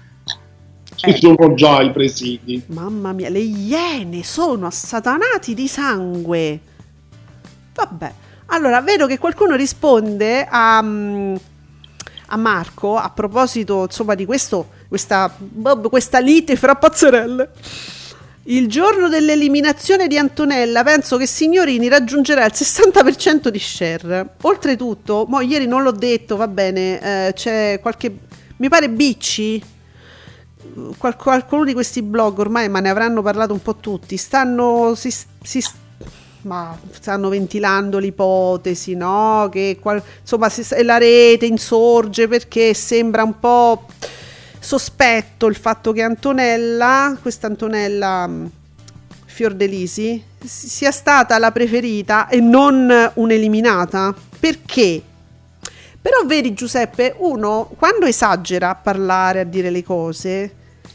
ci Eh. sono già i presidi. Mamma mia, le iene sono assatanati di sangue. Vabbè, allora vedo che qualcuno risponde a, mm, a Marco a proposito, insomma, di questo, questa, boh, questa lite fra pazzerelle. Il giorno dell'eliminazione di Antonella penso che Signorini raggiungerà il sessanta per cento di share. Oltretutto, mo ieri non l'ho detto, va bene, eh, c'è qualche, mi pare Bicci, qual- qualcuno di questi blog ormai, ma ne avranno parlato un po' tutti, stanno si, si ma stanno ventilando l'ipotesi, no? Che qual- insomma si, la rete insorge perché sembra un po' sospetto il fatto che Antonella, questa Antonella mh, Fiordelisi, s- sia stata la preferita e non un'eliminata. Perché? Però vedi Giuseppe, uno quando esagera a parlare, a dire le cose,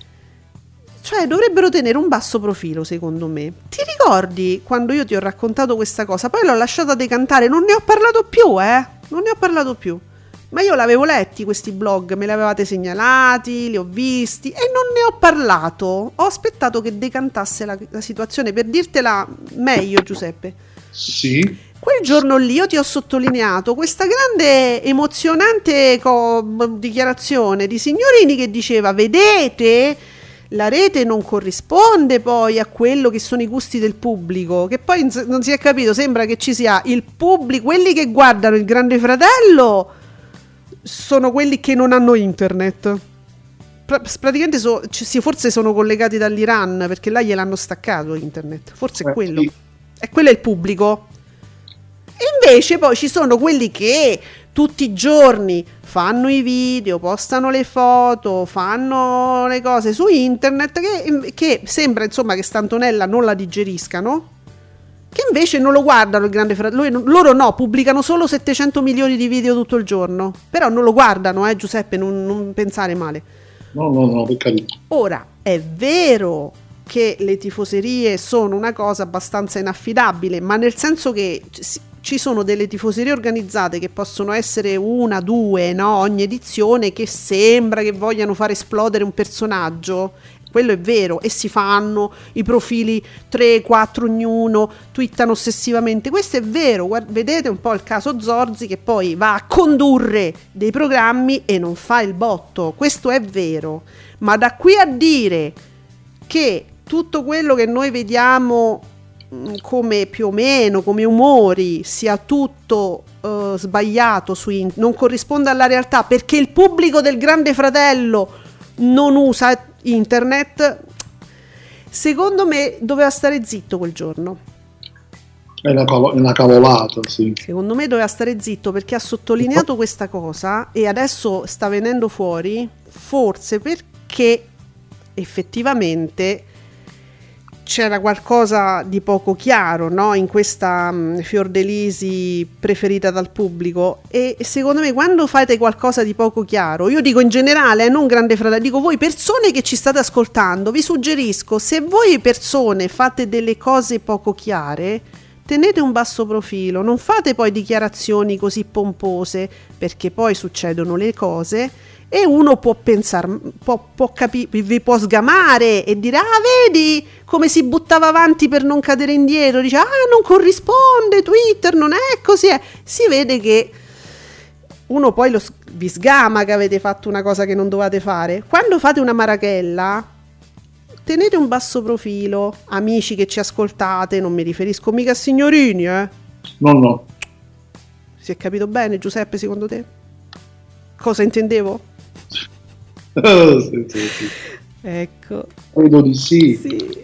cioè dovrebbero tenere un basso profilo, secondo me. Ti ricordi quando io ti ho raccontato questa cosa? Poi l'ho lasciata decantare, non ne ho parlato più, eh? Non ne ho parlato più. Ma io l'avevo letti questi blog, me li avevate segnalati, li ho visti e non ne ho parlato. Ho aspettato che decantasse la, la situazione per dirtela meglio, Giuseppe. Sì. Quel giorno lì io ti ho sottolineato questa grande emozionante co- dichiarazione di Signorini che diceva: vedete, la rete non corrisponde poi a quello che sono i gusti del pubblico, che poi non si è capito, sembra che ci sia il pubblico, quelli che guardano il Grande Fratello sono quelli che non hanno internet. Pra- praticamente so, ci- sì, forse sono collegati dall'Iran, perché là gliel'hanno staccato internet, forse è Eh, quello, sì. è quello è il pubblico. E invece poi ci sono quelli che tutti i giorni fanno i video, postano le foto, fanno le cose su internet, che, che sembra insomma che sta Antonella non la digeriscano, che invece non lo guardano il Grande Fratello. Loro no, pubblicano solo settecento milioni di video tutto il giorno, però non lo guardano, eh Giuseppe, non, non pensare male. No, no, no, per carità. Ora, è vero che le tifoserie sono una cosa abbastanza inaffidabile, ma nel senso che si- ci sono delle tifoserie organizzate che possono essere una, due, no? Ogni edizione, che sembra che vogliano far esplodere un personaggio. Quello è vero, e si fanno i profili tre quattro ognuno, twittano ossessivamente. Questo è vero, guard- vedete un po' il caso Zorzi, che poi va a condurre dei programmi e non fa il botto. Questo è vero, ma da qui a dire che tutto quello che noi vediamo mh, come più o meno come umori sia tutto uh, sbagliato, su in- non corrisponde alla realtà, perché il pubblico del Grande Fratello non usa internet, secondo me doveva stare zitto quel giorno. È una, cavo- è una cavolata, sì. Secondo me doveva stare zitto, perché ha sottolineato questa cosa e adesso sta venendo fuori, forse perché effettivamente c'era qualcosa di poco chiaro, no? In questa um, Fiordalisi preferita dal pubblico, e secondo me quando fate qualcosa di poco chiaro, io dico in generale, eh, non Grande Fratello, dico voi persone che ci state ascoltando, vi suggerisco, se voi persone fate delle cose poco chiare, tenete un basso profilo, non fate poi dichiarazioni così pompose, perché poi succedono le cose e uno può pensare, può, può capire, vi può sgamare e dire: ah, vedi come si buttava avanti per non cadere indietro, dice: ah, non corrisponde, Twitter non è così, è. Si vede che uno poi lo, vi sgama che avete fatto una cosa che non dovete fare. Quando fate una marachella, tenete un basso profilo, amici che ci ascoltate, non mi riferisco mica a signorini, eh. No, no. Si è capito bene, Giuseppe, secondo te? Cosa intendevo? sì, sì, sì. Ecco. Credo di sì. Sì.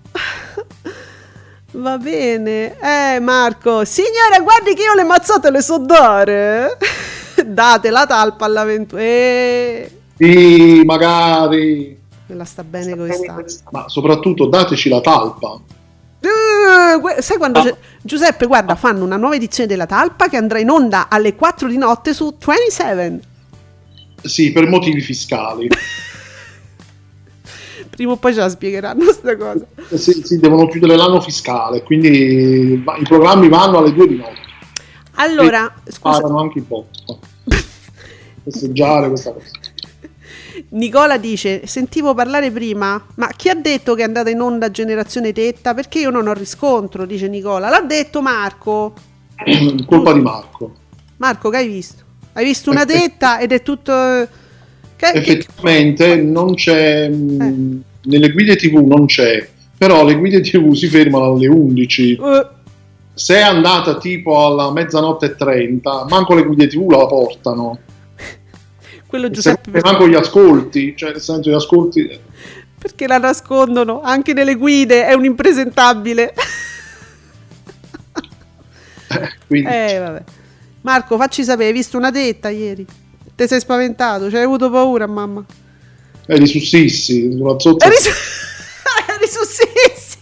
Va bene. Eh, Marco, signora, guardi che io le mazzate le so dare. Date la talpa all'avventura. Eh. Sì, magari. Quella sta bene questa. Ma soprattutto dateci la talpa. Uh, sai quando Ah. c'è... Giuseppe, guarda, fanno una nuova edizione della talpa che andrà in onda alle quattro di notte su ventisette. Sì, per motivi fiscali. Prima o poi ce la spiegheranno sta cosa. Si, si devono chiudere l'anno fiscale, quindi va- i programmi vanno alle due di notte. Allora, E scusa, sparano anche i bot. Festeggiare questa cosa. Nicola dice: sentivo parlare prima, ma chi ha detto che è andata in onda Generazione Tetta? Perché io non ho riscontro, dice Nicola. L'ha detto Marco. Colpa di Marco. Marco, che hai visto? Hai visto una tetta ed è tutto... Che, Effettivamente non c'è, mh, nelle guide tivù non c'è, però le guide tivù si fermano alle undici. Uh, Se è andata tipo alla mezzanotte e trenta, manco le guide tivù la portano. quello Se Giuseppe... manco gli ascolti, cioè nel senso gli ascolti... Perché la nascondono? Anche nelle guide è un impresentabile. Quindi, Eh, vabbè. Marco, facci sapere, hai visto una tetta ieri? Te sei spaventato? Cioè, hai avuto paura, mamma? eri su Sissi, sulla zozza. Eri su... Eri su Sissi!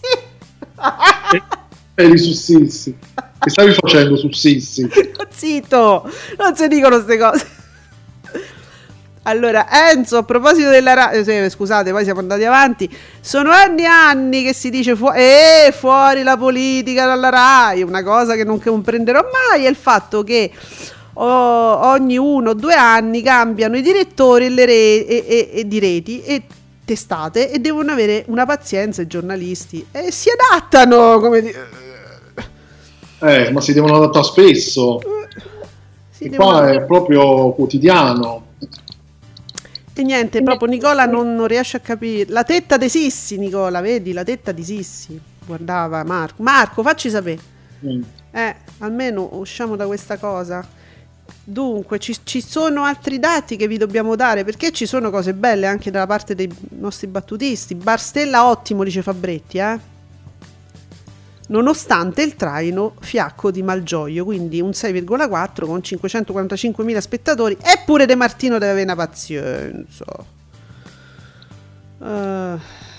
Eri su Sissi. Che stavi facendo su Sissi? Zitto, non si dicono queste cose. Allora, Enzo, a proposito della radio, eh, scusate, poi siamo andati avanti. Sono anni e anni che si dice fu- eh, fuori la politica dalla Rai. Una cosa che non comprenderò mai è il fatto che oh, ogni uno o due anni cambiano i direttori e, le re- e, e, e di reti e testate, e devono avere una pazienza i giornalisti e si adattano, come dire. Eh, ma si devono adattare spesso. Si E devono- qua è proprio quotidiano. E niente, proprio Nicola non, non riesce a capire. La tetta di Sissi, Nicola, vedi? La tetta di Sissi. Guardava Marco. Marco, facci sapere. Mm. Eh, almeno usciamo da questa cosa. Dunque, ci, ci sono altri dati che vi dobbiamo dare, perché ci sono cose belle anche dalla parte dei nostri battutisti. Bar Stella ottimo, dice Fabretti, eh? Nonostante il traino fiacco di Malgioglio, quindi un sei virgola quattro con cinquecentoquarantacinquemila spettatori, eppure De Martino deve avere una pazienza. Uh,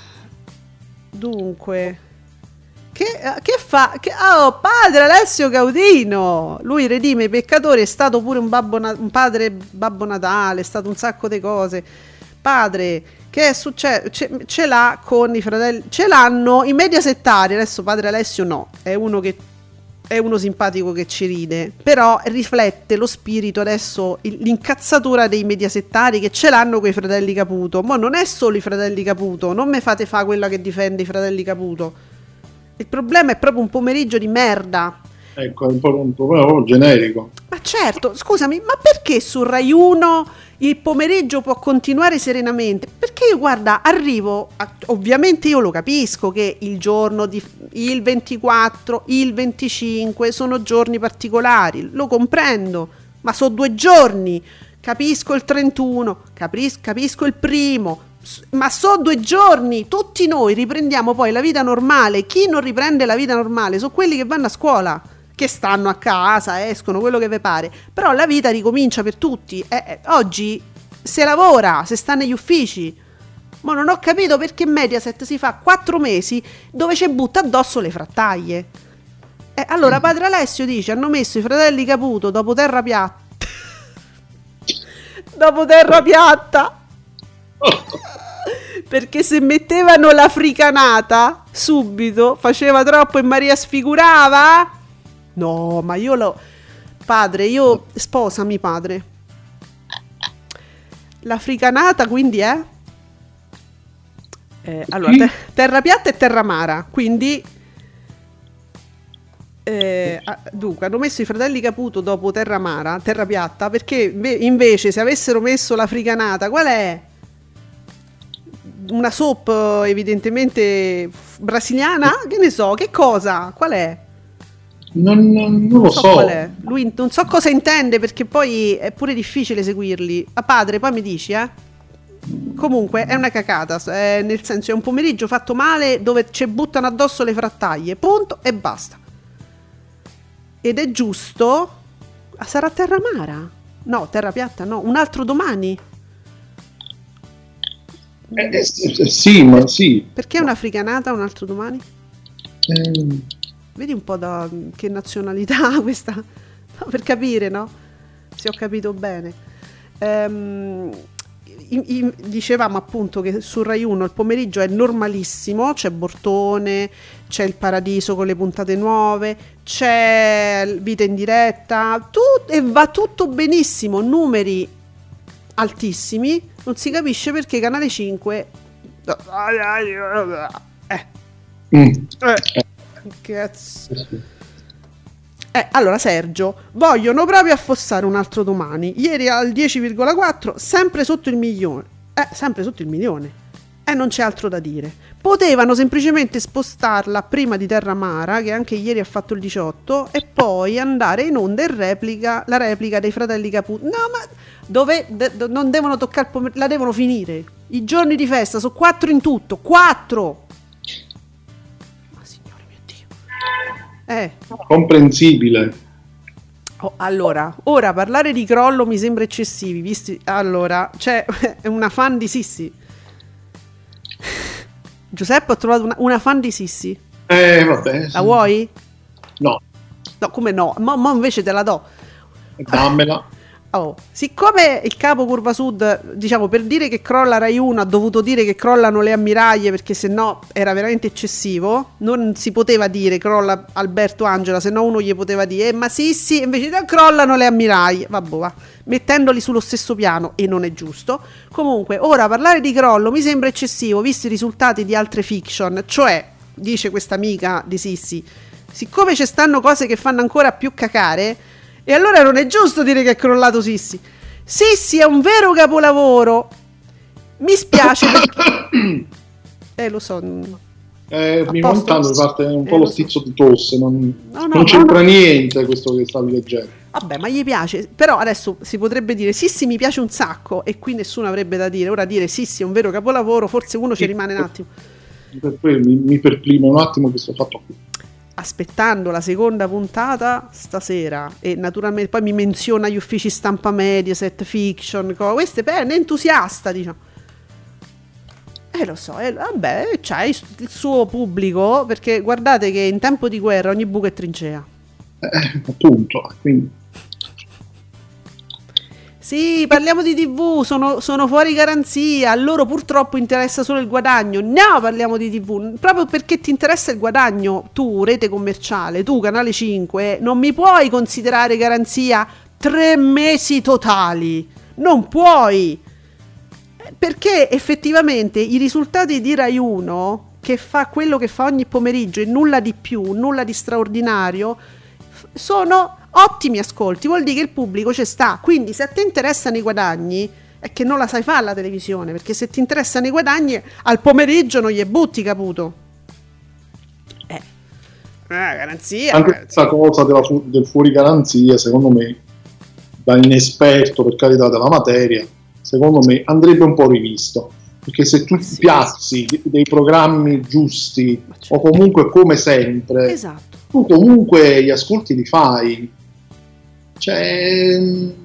dunque, che, che fa? Che, oh, padre Alessio Gaudino, lui redime i peccatori, è stato pure un, babbo, un padre Babbo Natale, è stato un sacco di cose. Padre, che è successo? Ce, ce l'ha con i fratelli, ce l'hanno i mediasettari. Adesso padre Alessio no, è uno che è uno simpatico che ci ride, però riflette lo spirito adesso, il- l'incazzatura dei mediasettari che ce l'hanno coi fratelli Caputo. Ma non è solo i fratelli Caputo, non me fate fa quella che difende i fratelli Caputo. Il problema è proprio un pomeriggio di merda. Ecco, è un po' un problema proprio generico. Ma certo, scusami, ma perché su Rai uno il pomeriggio può continuare serenamente? Perché io, guarda, arrivo, a- ovviamente io lo capisco che il giorno di il ventiquattro, il venticinque sono giorni particolari, lo comprendo, ma sono due giorni. Capisco il trentuno, capis- capisco il primo, s- ma sono due giorni. Tutti noi riprendiamo poi la vita normale. Chi non riprende la vita normale sono quelli che vanno a scuola, che stanno a casa, escono, quello che vi pare, però la vita ricomincia per tutti. Eh, eh, oggi se lavora, se sta negli uffici, ma non ho capito perché Mediaset si fa quattro mesi dove ci butta addosso le frattaglie. Eh, allora padre Alessio dice: hanno messo i fratelli Caputo dopo Terra Piatta dopo Terra Piatta perché se mettevano l'africanata subito faceva troppo e Maria sfigurava. No, ma io lo... Padre, io... Sposami, padre. L'africanata quindi è... Eh, allora, te- terra piatta e terra mara. Quindi... Eh, ah, dunque, hanno messo i fratelli Caputo dopo Terra Mara, Terra Piatta, perché inve- invece se avessero messo l'africanata, qual è? Una soap eh, evidentemente f- brasiliana? Che ne so, che cosa? Qual è? Non, non- non lo so. Qual è. Lui non so cosa intende, perché poi è pure difficile seguirli. A padre, poi mi dici, eh? Comunque è una cacata, eh, nel senso è un pomeriggio fatto male dove ci buttano addosso le frattaglie, punto e basta. Ed è giusto. Ah, sarà Terra Mara? No, Terra Piatta no, un altro domani. Eh, eh, s- sì, ma sì. Perché una africanata un altro domani? Eh, Vedi un po' da che nazionalità questa, no, per capire, no? Se ho capito bene. Ehm, in- in- dicevamo appunto che su Rai uno il pomeriggio è normalissimo, c'è Bortone, c'è il Paradiso con le puntate nuove, c'è Vita in diretta, tu- e va tutto benissimo, numeri altissimi, non si capisce perché Canale cinque... Eh, mm, eh. Cazzo. Eh, allora Sergio, vogliono proprio affossare un altro domani. Ieri al dieci virgola quattro, sempre sotto il milione. Eh, sempre sotto il milione. E eh, non c'è altro da dire. Potevano semplicemente spostarla prima di Terra Mara, che anche ieri ha fatto il diciotto, e poi andare in onda in replica, la replica dei fratelli Caputo. No, ma dove de- de- non devono toccare il pomeriggio, la devono finire. I giorni di festa sono quattro in tutto, quattro. Eh. comprensibile. Oh, allora, ora parlare di crollo mi sembra eccessivi, visti... Allora, c'è una fan di Sissi. Giuseppe, ho trovato una, una fan di Sissi. Eh, vabbè. La vuoi? No, No, come no? Ma mo invece te la do. dammela. Oh, siccome il capo Curva Sud, diciamo, per dire che crolla Rai uno ha dovuto dire che crollano le ammiraglie, perché se no era veramente eccessivo, non si poteva dire crolla Alberto Angela, se no uno gli poteva dire eh, ma sì sì, invece no, crollano le ammiraglie, vabbè, va, mettendoli sullo stesso piano, e non è giusto. Comunque ora parlare di crollo mi sembra eccessivo visti i risultati di altre fiction, cioè, dice questa amica di Sissi, siccome ci stanno cose che fanno ancora più cacare, e allora non è giusto dire che è crollato Sissi. Sissi è un vero capolavoro. Mi spiace perché... Eh, lo so. Eh, mi posto. montando mi parte un Eh, po' lo lo so. stizzo di tosse, non, No, no, non c'entra no, no. niente questo che stavi leggendo. Vabbè, ma gli piace. Però adesso si potrebbe dire Sissi mi piace un sacco, e qui nessuno avrebbe da dire. Ora dire Sissi è un vero capolavoro, forse uno ci rimane un attimo. Per cui mi, mi perplima un attimo questo fatto qui. Aspettando la seconda puntata stasera, e naturalmente poi mi menziona gli uffici stampa Mediaset, Fiction, co- questo è un entusiasta, diciamo. Eh lo so, eh, vabbè, c'ha il il suo pubblico, perché guardate che in tempo di guerra ogni buco è trincea. Eh, appunto, quindi Sì, parliamo di tivù, sono, sono fuori garanzia, a loro purtroppo interessa solo il guadagno. No, parliamo di tivù, proprio perché ti interessa il guadagno. Tu, rete commerciale, tu, Canale cinque, non mi puoi considerare garanzia tre mesi totali. Non puoi. Perché effettivamente i risultati di Rai uno, che fa quello che fa ogni pomeriggio e nulla di più, nulla di straordinario, sono ottimi ascolti, vuol dire che il pubblico ci sta. Quindi se a te interessano i guadagni è che non la sai fare la televisione, perché se ti interessano i guadagni al pomeriggio non gli butti, caputo? Eh, ah, garanzia. Anche garanzia. questa cosa della fu- del fuori garanzia, secondo me, da inesperto, per carità, della materia, secondo me andrebbe un po' rivisto, perché se tu Sì, piazzi sì. dei programmi giusti, Ma certo. o comunque come sempre, Esatto. tu comunque gli ascolti li fai. Cioè,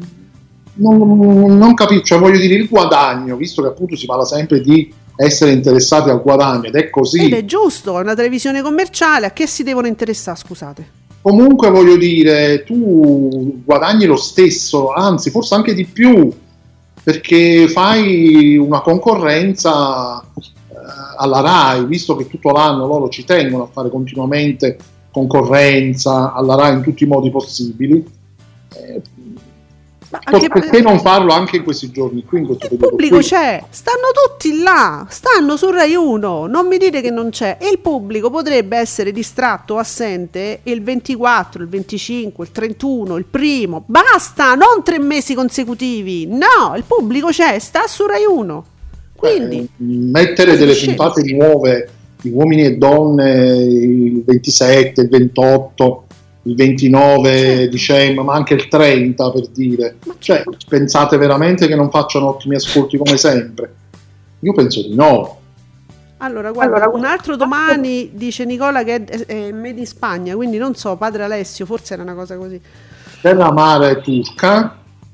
non, non capisco, cioè voglio dire, il guadagno, visto che appunto si parla sempre di essere interessati al guadagno, ed è così. Ed è giusto, è una televisione commerciale, a che si devono interessare, scusate? Comunque voglio dire, tu guadagni lo stesso, anzi forse anche di più, perché fai una concorrenza eh, alla Rai, visto che tutto l'anno loro ci tengono a fare continuamente concorrenza alla Rai in tutti i modi possibili. Eh, Ma anche perché non farlo anche in questi giorni qui, in questo il periodo pubblico qui? c'è, stanno tutti là, stanno su Rai uno, non mi dite che non c'è. E il pubblico potrebbe essere distratto o assente il ventiquattro, il venticinque, il trentuno, il primo, basta, non tre mesi consecutivi. No, il pubblico c'è, sta su Rai uno. Quindi Eh, mettere delle scelta. puntate nuove di uomini e donne il ventisette, il ventotto, il ventinove Certo. dicembre, ma anche il trenta, per dire, Ma cioè certo. pensate veramente che non facciano ottimi ascolti come sempre? Io penso di no. Allora, guarda, un altro domani dice Nicola che è, è made in Spagna, quindi non so, padre Alessio, forse era una cosa così. Terra mare è turca,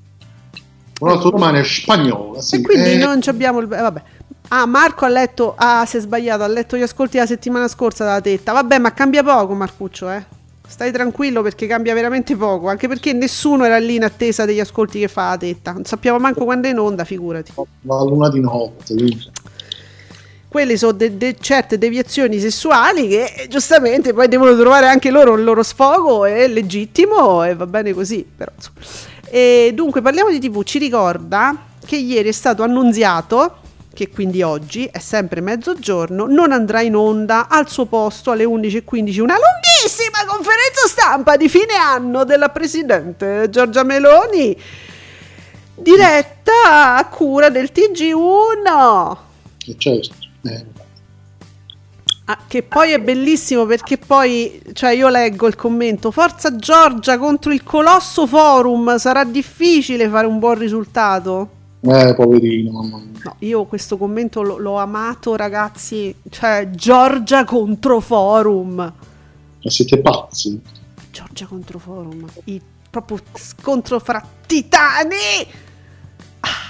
un altro domani è spagnola, sì. E quindi eh, non ci abbiamo il... eh, vabbè. Ah, Marco ha letto, ah, si è sbagliato, ha letto gli ascolti la settimana scorsa dalla tetta. Vabbè, ma cambia poco, Marcuccio, eh. Stai tranquillo perché cambia veramente poco, anche perché nessuno era lì in attesa degli ascolti che fa la tetta. Non sappiamo manco quando è in onda, figurati. la luna di notte, quindi. Quelle sono de- de- certe deviazioni sessuali che eh, giustamente poi devono trovare anche loro il loro sfogo, è legittimo e va bene così, però insomma. E dunque parliamo di tivù, ci ricorda che ieri è stato annunziato che quindi oggi è sempre mezzogiorno, non andrà in onda, al suo posto alle undici e quindici una lunghissima conferenza stampa di fine anno della presidente Giorgia Meloni, diretta a cura del T G uno. Eh, certo. Eh. Ah, che poi è bellissimo perché poi, cioè io leggo il commento, forza Giorgia contro il Colosso Forum, sarà difficile fare un buon risultato. Eh, poverino, mamma mia. No, io questo commento lo- l'ho amato, ragazzi, cioè Giorgia contro Forum. Ma siete pazzi? Giorgia contro Forum, il proprio scontro fra titani. Ah.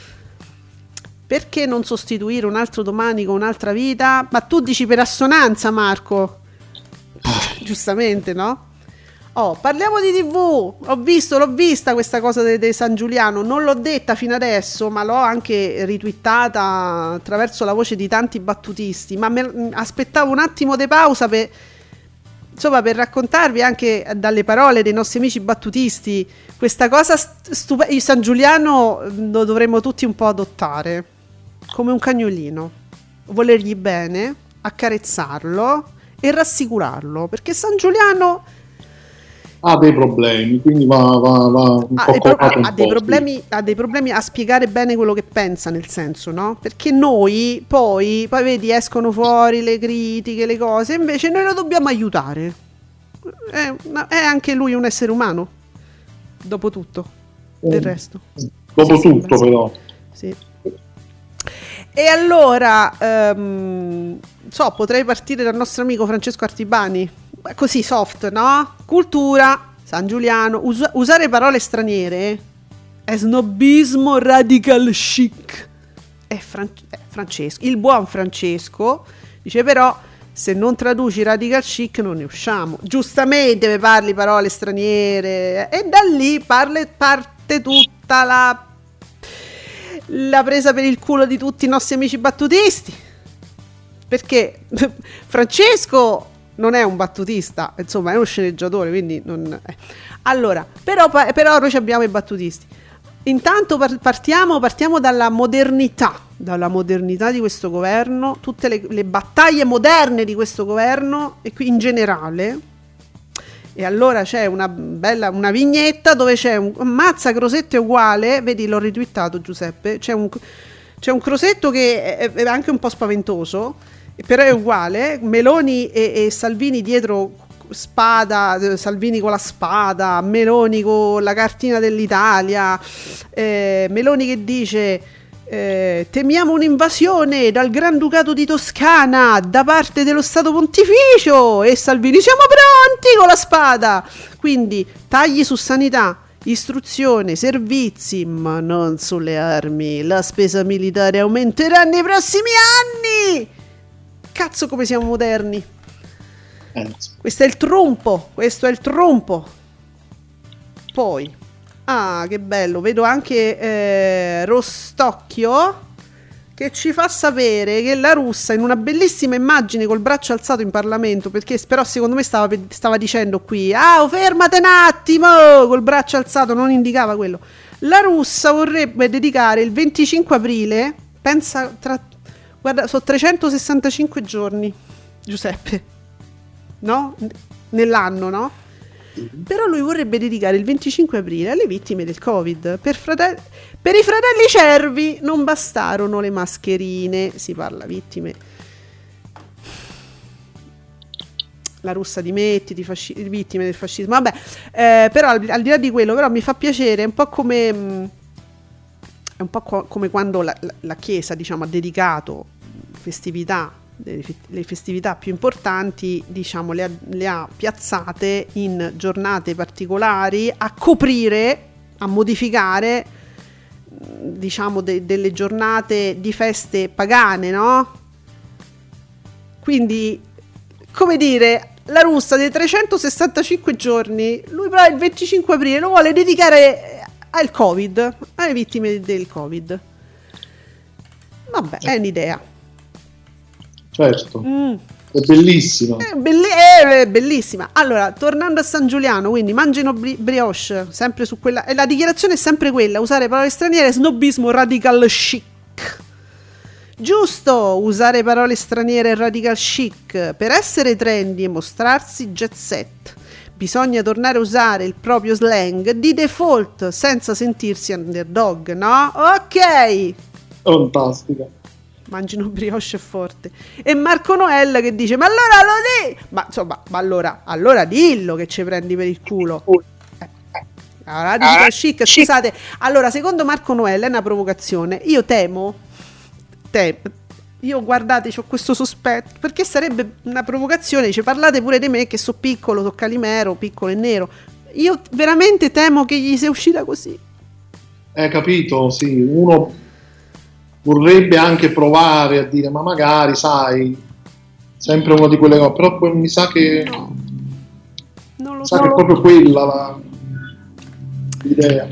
Perché non sostituire un altro domani con un'altra vita? Ma tu dici per assonanza, Marco. Giustamente, no? Oh, parliamo di tivù. Ho visto, l'ho vista questa cosa di San Giuliano. Non l'ho detta fino adesso, ma l'ho anche ritwittata attraverso la voce di tanti battutisti. Ma me, aspettavo un attimo di pausa per, insomma, per raccontarvi anche dalle parole dei nostri amici battutisti questa cosa stupenda. San Giuliano lo dovremmo tutti un po' adottare come un cagnolino, volergli bene, accarezzarlo e rassicurarlo, perché San Giuliano Ha dei problemi, quindi va, va, va un ha, po' dei, pro- colato un ha dei po', problemi, ha dei problemi a spiegare bene quello che pensa, nel senso, no? Perché noi poi, poi vedi, escono fuori le critiche, le cose, invece noi lo dobbiamo aiutare. È, una- è anche lui un essere umano, dopo tutto, del Mm. resto. sì. Dopo Sì, tutto, sembra, sì. però. Sì. E allora, ehm, so, potrei partire dal nostro amico Francesco Artibani, così soft, no? Cultura, San Giuliano, us- usare parole straniere è snobismo radical chic. È Fran- è Francesco, il buon Francesco, dice però se non traduci radical chic non ne usciamo. Giustamente parli parole straniere e da lì parle, parte tutta la la presa per il culo di tutti i nostri amici battutisti, perché Francesco non è un battutista, insomma è uno sceneggiatore, quindi non eh. Allora, però, però noi abbiamo i battutisti. Intanto partiamo, partiamo dalla modernità, dalla modernità di questo governo, tutte le, le battaglie moderne di questo governo e qui in generale. E allora c'è una bella una vignetta dove c'è un mazza Crosetto è uguale, vedi, l'ho ritwittato Giuseppe, c'è un, c'è un Crosetto che è, è anche un po' spaventoso, però è uguale, Meloni e, e Salvini dietro, spada, Salvini con la spada, Meloni con la cartina dell'Italia, eh, Meloni che dice eh, temiamo un'invasione dal Granducato di Toscana da parte dello Stato Pontificio, e Salvini siamo pronti con la spada. Quindi tagli su sanità, istruzione, servizi, ma non sulle armi. La spesa militare aumenterà nei prossimi anni. Cazzo come siamo moderni. Questo è il trumpo, questo è il trumpo. Poi, ah, che bello, vedo anche eh, Rostocchio che ci fa sapere che la russa, in una bellissima immagine col braccio alzato in Parlamento, perché però secondo me stava, stava dicendo qui, ah, fermate un attimo, col braccio alzato, non indicava quello. La russa vorrebbe dedicare il venticinque aprile, pensa, tra, guarda, sono trecentosessantacinque giorni, Giuseppe, no? Nell'anno, no? Mm-hmm. Però lui vorrebbe dedicare il venticinque aprile alle vittime del Covid. Per, frate- per i fratelli Cervi non bastarono le mascherine, si parla vittime. La russa di Metti, di fasci- vittime del fascismo. Vabbè, eh, però al, al di là di quello, però mi fa piacere, è un po' come mh, è un po' co- come quando la, la, la Chiesa, diciamo, ha dedicato festività, le festività più importanti, diciamo, le ha, le ha piazzate in giornate particolari a coprire, a modificare, diciamo, de, delle giornate di feste pagane, no? Quindi, come dire, la russa dei trecentosessantacinque giorni, lui però il venticinque aprile lo vuole dedicare al Covid, alle vittime del Covid. Vabbè, è un'idea. Certo, mm. è bellissima. È, belli- è bellissima. Allora, tornando a San Giuliano, quindi mangino bri- brioche, sempre su quella. E la dichiarazione è sempre quella: usare parole straniere, snobismo radical chic. Giusto usare parole straniere e radical chic per essere trendy e mostrarsi jet set. Bisogna tornare a usare il proprio slang di default senza sentirsi underdog, no? Ok. Fantastica. Mangino brioche forte. E Marco Noel che dice: ma allora lo di ma insomma ma allora allora dillo che ci prendi per il culo. eh, allora dice chic, scusate. Allora, secondo Marco Noel è una provocazione. Io temo temo io guardate c'ho questo sospetto, perché sarebbe una provocazione. Dice: parlate pure di me che so piccolo, so calimero, piccolo e nero. Io veramente temo che gli sia uscita così. Hai capito? Sì, uno vorrebbe anche provare a dire, ma magari, sai, sempre una di quelle cose, però poi mi sa che no, non lo sa so. che è proprio quella la, l'idea.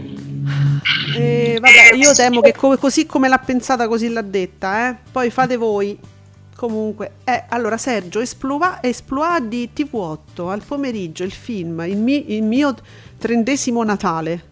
Eh, vabbè, io temo che co- così come l'ha pensata così l'ha detta, eh. Poi fate voi. Comunque, eh, allora Sergio, Esploa, Esploa di T V otto al pomeriggio, il film, il, mi- il mio trentesimo Natale.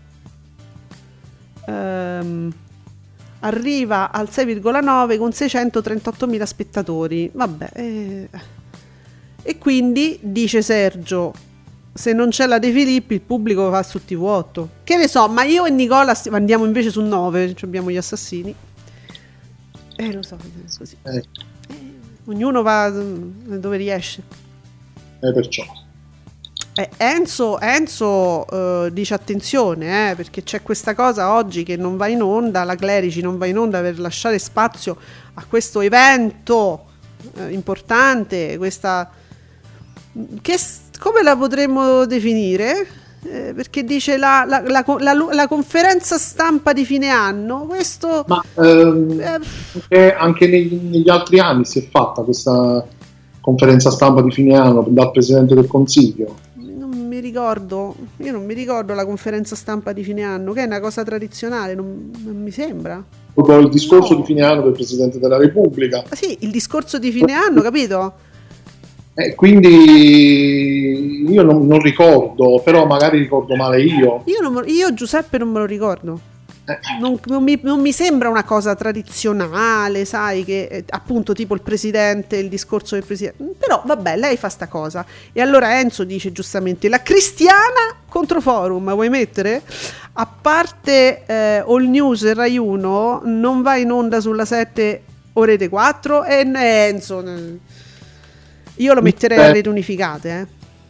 Ehm... arriva al sei virgola nove con seicentotrentottomila spettatori. Vabbè, eh. E quindi dice Sergio: se non c'è la De Filippi il pubblico va su T V otto. Che ne so, ma io e Nicola st- andiamo invece su nove, abbiamo gli assassini. Eh, lo so, è così. Eh. Eh, ognuno va dove riesce. Eh, perciò. Eh, Enzo, Enzo eh, dice attenzione, eh, perché c'è questa cosa oggi che non va in onda, la Clerici non va in onda per lasciare spazio a questo evento eh, importante, questa che come la potremmo definire? Eh, perché dice la, la, la, la, la conferenza stampa di fine anno, questo ma ehm, eh, anche, anche negli, negli altri anni si è fatta questa conferenza stampa di fine anno dal Presidente del Consiglio. ricordo, io non mi ricordo la conferenza stampa di fine anno, che è una cosa tradizionale, non, non mi sembra. Proprio il discorso No. di fine anno del Presidente della Repubblica. Ah, sì, il discorso di fine anno, capito? Eh, quindi io non, non ricordo, però magari ricordo male io. Io, non, me- io Giuseppe non me lo ricordo. Eh, Non, non mi, non mi sembra una cosa tradizionale, sai, che eh, appunto tipo il presidente, il discorso del presidente. Però vabbè, lei fa sta cosa. E allora Enzo dice giustamente: la cristiana contro Forum, vuoi mettere? A parte eh, All News e Rai uno, non va in onda sulla sette o Rete quattro? E eh, Enzo, eh, io lo metterei a Eh. Rete Unificate, eh.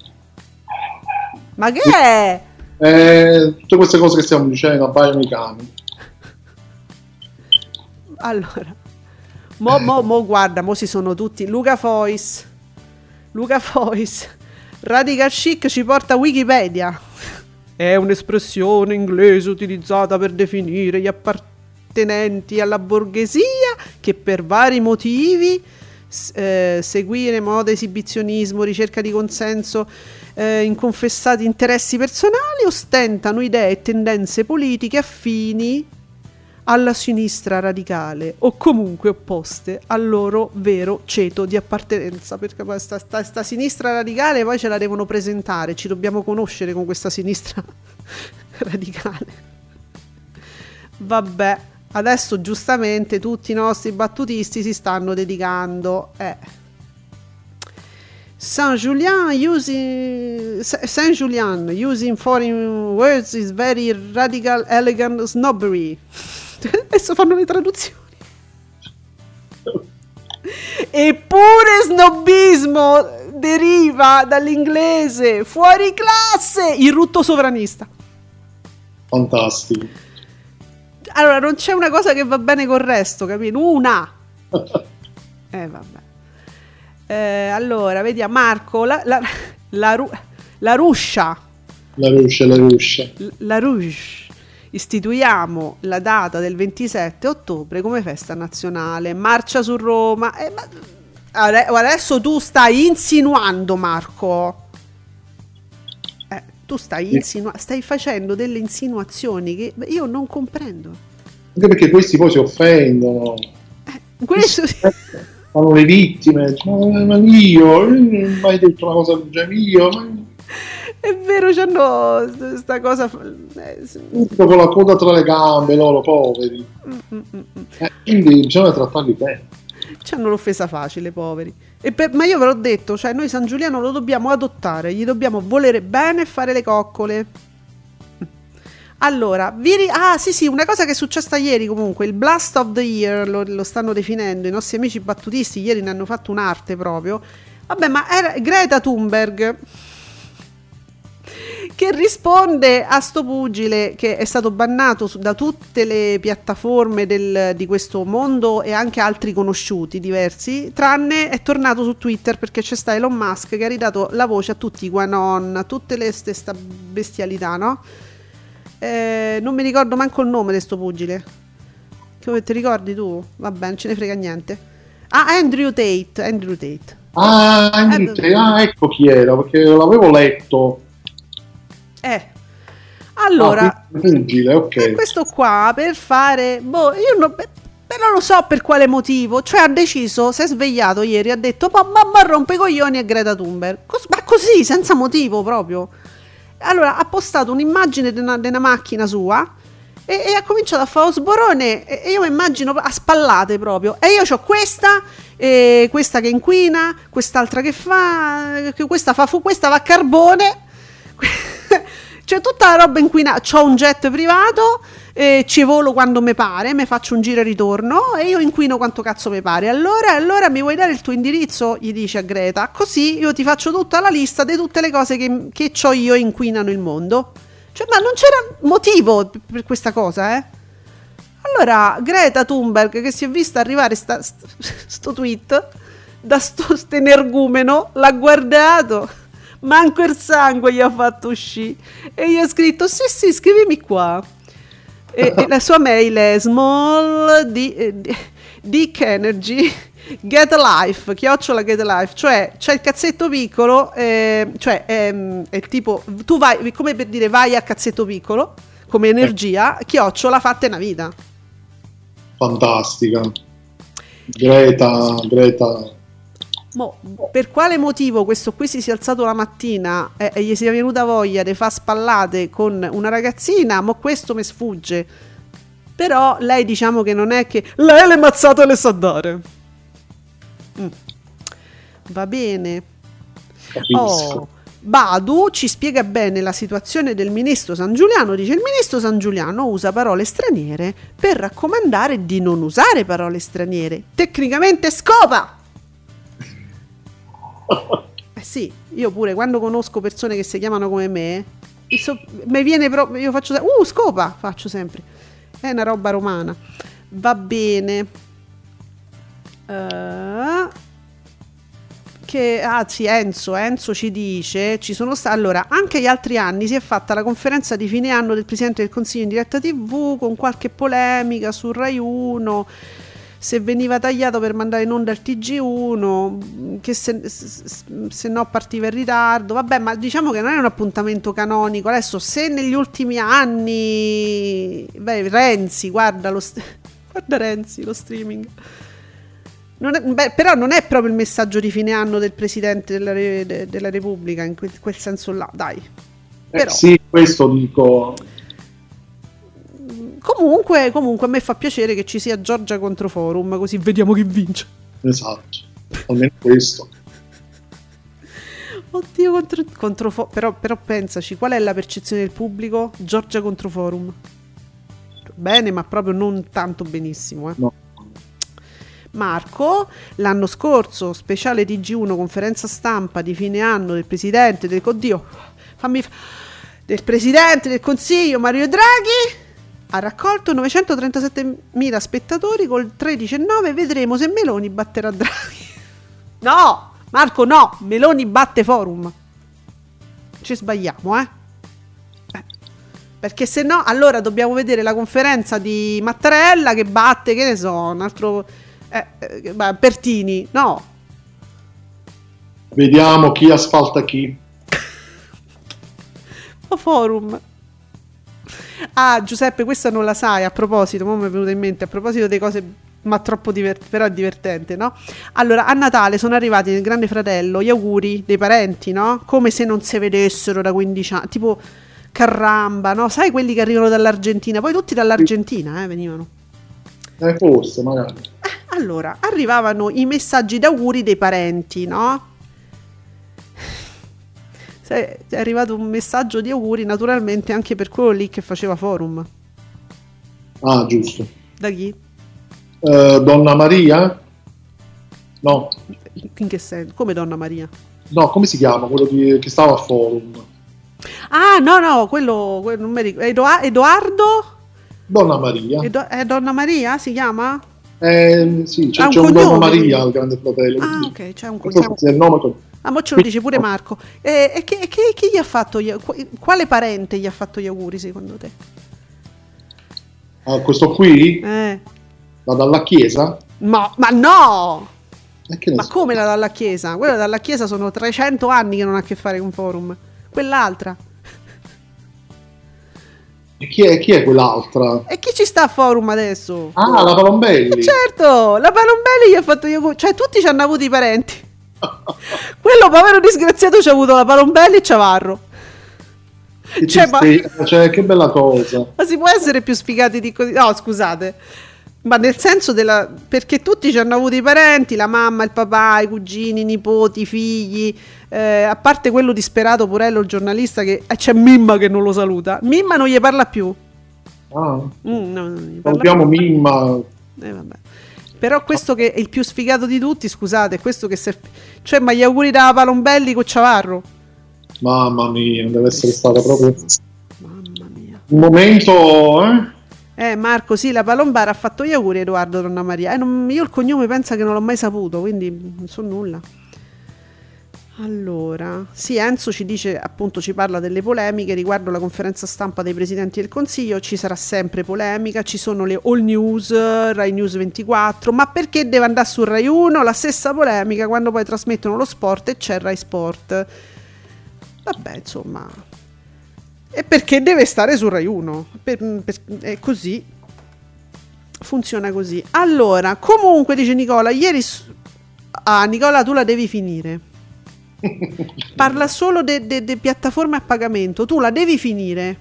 Ma che è? eh, tutte queste cose che stiamo dicendo abbagliano i cani. Allora, mo, mo, mo guarda, mo si sono tutti. Luca Fois, Luca Fois, Radical Chic ci porta Wikipedia. È un'espressione inglese utilizzata per definire gli appartenenti alla borghesia che per vari motivi, s- eh, seguire moda, esibizionismo, ricerca di consenso, eh, inconfessati interessi personali, ostentano idee e tendenze politiche affini alla sinistra radicale o comunque opposte al loro vero ceto di appartenenza, perché poi sta, sta, sta sinistra radicale poi ce la devono presentare, ci dobbiamo conoscere con questa sinistra radicale. Vabbè, adesso giustamente tutti i nostri battutisti si stanno dedicando eh. Saint-Julien using Saint-Julien using foreign words is very radical, elegant snobbery. Adesso fanno le traduzioni. Eppure snobismo deriva dall'inglese fuori classe, il rutto sovranista. Fantastico. Allora, non c'è una cosa che va bene col resto, capito? Una. Eh, vabbè. Eh, allora, vediamo, Marco, la, la, la, Ru- la Ruscia. La ruscia, la ruscia. La Rouge. Istituiamo la data del ventisette ottobre come festa nazionale, marcia su Roma. Eh, ma ade- adesso tu stai insinuando, Marco. Eh, tu stai insinua- stai facendo delle insinuazioni che io non comprendo. Anche perché questi poi si offendono. Questo Fanno le vittime. Ma, ma io, io non ho mai detto una cosa del genere. Io, ma- è vero, c'hanno sta cosa. eh, s- con la coda tra le gambe, loro poveri. mm, mm, mm, mm. Eh, quindi bisogna trattarli bene. C'hanno l'offesa facile, poveri. E per- ma io ve l'ho detto, cioè noi San Giuliano lo dobbiamo adottare, gli dobbiamo volere bene e fare le coccole. Allora, vi ri- ah sì sì, una cosa che è successa ieri comunque, il Blast of the Year lo, lo stanno definendo i nostri amici battutisti, ieri ne hanno fatto un'arte proprio. Vabbè, ma era Greta Thunberg che risponde a sto pugile che è stato bannato su- da tutte le piattaforme del- di questo mondo e anche altri conosciuti diversi, tranne è tornato su Twitter perché c'è sta Elon Musk che ha ridato la voce a tutti i Quanon, a tutte le stessa bestialità, no? Eh, non mi ricordo manco il nome di sto pugile. Come ti ricordi tu? Vabbè, non ce ne frega niente. Ah, Andrew Tate, Andrew Tate. Ah, Andrew Tate, ah, ecco chi era, perché l'avevo letto. Eh. Allora, Ah, pugile, ok. questo qua per fare, boh, io non, beh, però lo so per quale motivo, cioè ha deciso, si è svegliato ieri, ha detto ma, ma, ma rompe i coglioni a Greta Thunberg, Cos- ma così, senza motivo proprio. Allora ha postato un'immagine di una, di una macchina sua e, e ha cominciato a fare lo sborone e, e io mi immagino a spallate proprio, e io ho questa, e questa che inquina, quest'altra che fa, che questa fa fu, questa va a carbone. Cioè tutta la roba inquinata. C'ho un jet privato, eh, ci volo quando mi pare, mi faccio un giro e ritorno e io inquino quanto cazzo mi pare. Allora, allora mi vuoi dare il tuo indirizzo? Gli dice a Greta. Così io ti faccio tutta la lista di tutte le cose che, che c'ho io e inquinano il mondo. Cioè, ma non c'era motivo per- per questa cosa, eh? Allora, Greta Thunberg, che si è vista arrivare sta, st- sto tweet da sto energumeno, l'ha guardato. Manco il sangue gli ha fatto uscire e gli ha scritto sì sì scrivimi qua e, e la sua mail è small di, eh, di- dick energy Get Life, chiocciola Get Life, cioè c'è il cazzetto piccolo, eh, cioè è, è tipo, tu vai, come per dire vai a cazzetto piccolo, come energia, chiocciola fatta una vita. Fantastica. Greta, Greta. Mo, per quale motivo questo qui si sia alzato la mattina e, e gli sia venuta voglia di far spallate con una ragazzina, mo questo mi sfugge. Però lei diciamo che non è che lei le mazzate le sa dare. Mm. Va bene. Capisco. Oh, Badu ci spiega bene la situazione del ministro San Giuliano. Dice: il ministro San Giuliano usa parole straniere per raccomandare di non usare parole straniere. Tecnicamente scopa. Eh sì, io pure quando conosco persone che si chiamano come me, so, mi viene proprio, io faccio uh scopa, faccio sempre. È una roba romana. Va bene. Uh, che ah sì, Enzo, Enzo ci dice, ci sono stati allora, anche gli altri anni si è fatta la conferenza di fine anno del Presidente del Consiglio in diretta tivù con qualche polemica su Rai uno. Se veniva tagliato per mandare in onda il T G uno, che se, se, se no partiva in ritardo. Vabbè, ma diciamo che non è un appuntamento canonico. Adesso, se negli ultimi anni, beh, Renzi, guarda lo st- guarda Renzi, lo streaming. Non è, beh, però non è proprio il messaggio di fine anno del Presidente della, Re, de, della Repubblica, in quel, quel senso là, dai. Eh, però, sì, questo dico. Comunque, comunque a me fa piacere che ci sia Giorgia contro Forum, così vediamo chi vince. Esatto, almeno questo. Oddio, contro, contro fo- però, però pensaci, qual è la percezione del pubblico? Giorgia contro Forum. Bene, ma proprio non tanto benissimo. Eh. No. Marco, l'anno scorso, speciale T G uno, conferenza stampa di fine anno del Presidente del Oddio, fammi fa- del Presidente del Consiglio Mario Draghi. Ha raccolto novecentotrentasette mila spettatori col tredici virgola nove. Vedremo se Meloni batterà Draghi. No, Marco, no. Meloni batte Forum. Ci sbagliamo, eh? eh. Perché se no, allora dobbiamo vedere la conferenza di Mattarella che batte, che ne so, un altro eh, eh, Pertini. No. Vediamo chi asfalta chi. O Forum. Ah, Giuseppe, questa non la sai, a proposito, mo mi è venuto in mente, a proposito delle cose, ma troppo divert- però divertente, no? Allora, a Natale sono arrivati nel Grande Fratello gli auguri dei parenti, no? Come se non si vedessero da quindici anni, tipo Carramba, no? Sai quelli che arrivano dall'Argentina, poi tutti dall'Argentina, eh, venivano. Eh, forse, magari. Eh, allora, arrivavano i messaggi d'auguri dei parenti, no? È arrivato un messaggio di auguri naturalmente anche per quello lì che faceva Forum. Ah, giusto. Da chi? Uh, Donna Maria? No. In che senso? Come Donna Maria? No, come si chiama quello di, che stava a Forum? Ah, no, no, quello, quello non mi ricordo. Edoa- Edoardo? Donna Maria. Edo- è Donna Maria si chiama? Eh, sì, c'è, Ah, un c'è un cognome, Donna Maria quindi. al Grande Fratello. Ah, ok, c'è un Questo cognome. è il nome con- Ah, mo ce lo dice pure Marco. E, e che, che, chi gli ha fatto gli, quale parente gli ha fatto gli auguri secondo te? Ah, questo qui? Eh. Va dalla chiesa? Ma, ma no! E che ne Ma so. come la dalla chiesa? Quella dalla chiesa sono trecento anni che non ha a che fare con Forum. Quell'altra. E chi è, chi è quell'altra? E chi ci sta a Forum adesso? Ah, la Palombelli. Eh, certo, la Palombelli gli ha fatto gli auguri. Cioè tutti ci hanno avuto i parenti. Quello povero disgraziato ci ha avuto la Palombelli e Ciavarro. Che, Cioè, ma- tristezza, cioè, che bella cosa. Ma si può essere più sfigati di così? No, scusate. Ma nel senso della... Perché tutti ci hanno avuto i parenti, la mamma, il papà, i cugini, i nipoti, i figli. Eh, a parte quello disperato, Purello, il giornalista, che eh, c'è Mimma che non lo saluta. Mimma non gli parla più. Ah, Mm, no, non gli parla salutiamo più. Mimma. Eh, vabbè. Però questo che è il più sfigato di tutti, scusate, questo che se... Cioè, ma gli auguri da Palombelli con Ciavarro? Mamma mia, deve essere stata proprio Mamma mia. un momento, eh? Eh, Marco, sì, la Palombara ha fatto gli auguri a Edoardo Donna Maria. Eh, non- io il cognome pensa che non l'ho mai saputo, quindi non so nulla. Allora, sì, Enzo ci dice, appunto, ci parla delle polemiche riguardo la conferenza stampa dei presidenti del Consiglio. Ci sarà sempre polemica, ci sono le All News, Rai News ventiquattro, ma perché deve andare su Rai uno? La stessa polemica quando poi trasmettono lo sport e c'è Rai Sport. Vabbè, insomma, e perché deve stare su Rai uno? Per, per, è così, funziona così. Allora, comunque, dice Nicola, ieri... Ah, Nicola, tu la devi finire. Parla solo di de, de piattaforme a pagamento. Tu la devi finire.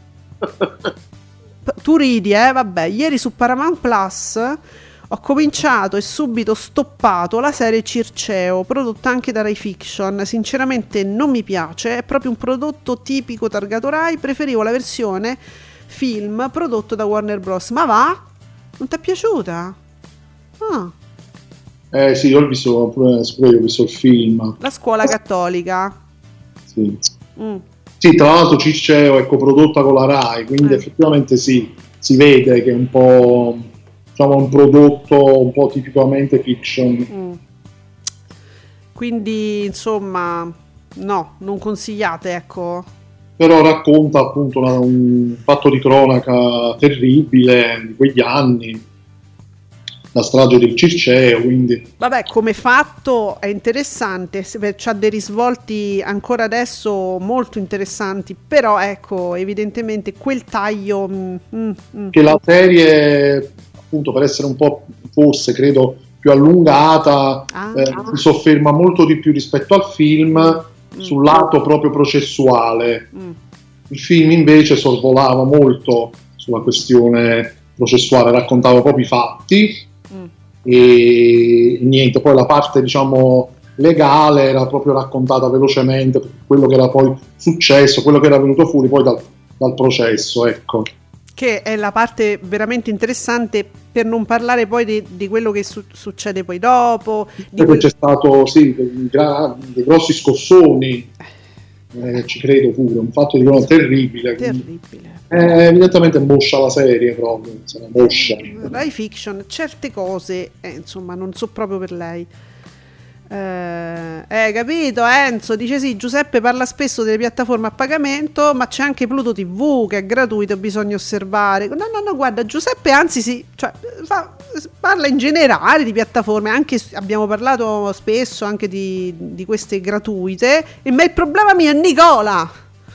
Tu ridi, eh? Vabbè, ieri su Paramount Plus ho cominciato e subito stoppato la serie Circeo, prodotta anche da Rai Fiction. Sinceramente non mi piace, è proprio un prodotto tipico targato Rai. Preferivo la versione film prodotto da Warner Bros. Ma va? Non ti è piaciuta? Ah. Eh sì, io ho visto, pure io ho visto il film. La scuola cattolica. Sì. Mm. Sì, tra l'altro Circeo è coprodotta con la Rai, quindi Eh. effettivamente sì, si vede che è un po', diciamo, un prodotto un po' tipicamente fiction. Mm. Quindi, insomma, no, non consigliate, ecco. Però racconta appunto una- un fatto di cronaca terribile di quegli anni, la strage del Circeo, quindi... Vabbè, come fatto è interessante, c'ha dei risvolti ancora adesso molto interessanti, però ecco, evidentemente quel taglio... Mm, mm, mm. che la serie, appunto, per essere un po', forse credo, più allungata, Ah. eh, si sofferma molto di più rispetto al film sul lato proprio processuale. Mm. Il film invece sorvolava molto sulla questione processuale, raccontava proprio i fatti Mm. e niente, poi la parte, diciamo, legale era proprio raccontata velocemente, quello che era poi successo, quello che era venuto fuori poi dal, dal processo, ecco. Che è la parte veramente interessante, per non parlare poi di, di quello che su- succede poi dopo. Di Poi quel- c'è stato, sì, dei, gra- dei grossi scossoni, eh, ci credo pure, un fatto di cronaca terribile. quindi, Terribile. eh, evidentemente moscia la serie proprio, se la moscia. Rai Fiction, certe cose, eh, insomma, non so proprio per lei. Eh, eh, capito, Enzo? Dice sì, Giuseppe parla spesso delle piattaforme a pagamento, ma c'è anche Pluto tivù che è gratuito, bisogna osservare. No, no, no, guarda, Giuseppe anzi sì, cioè, fa, parla in generale di piattaforme, anche abbiamo parlato spesso anche di, di queste gratuite, e, ma il problema mio è Nicola.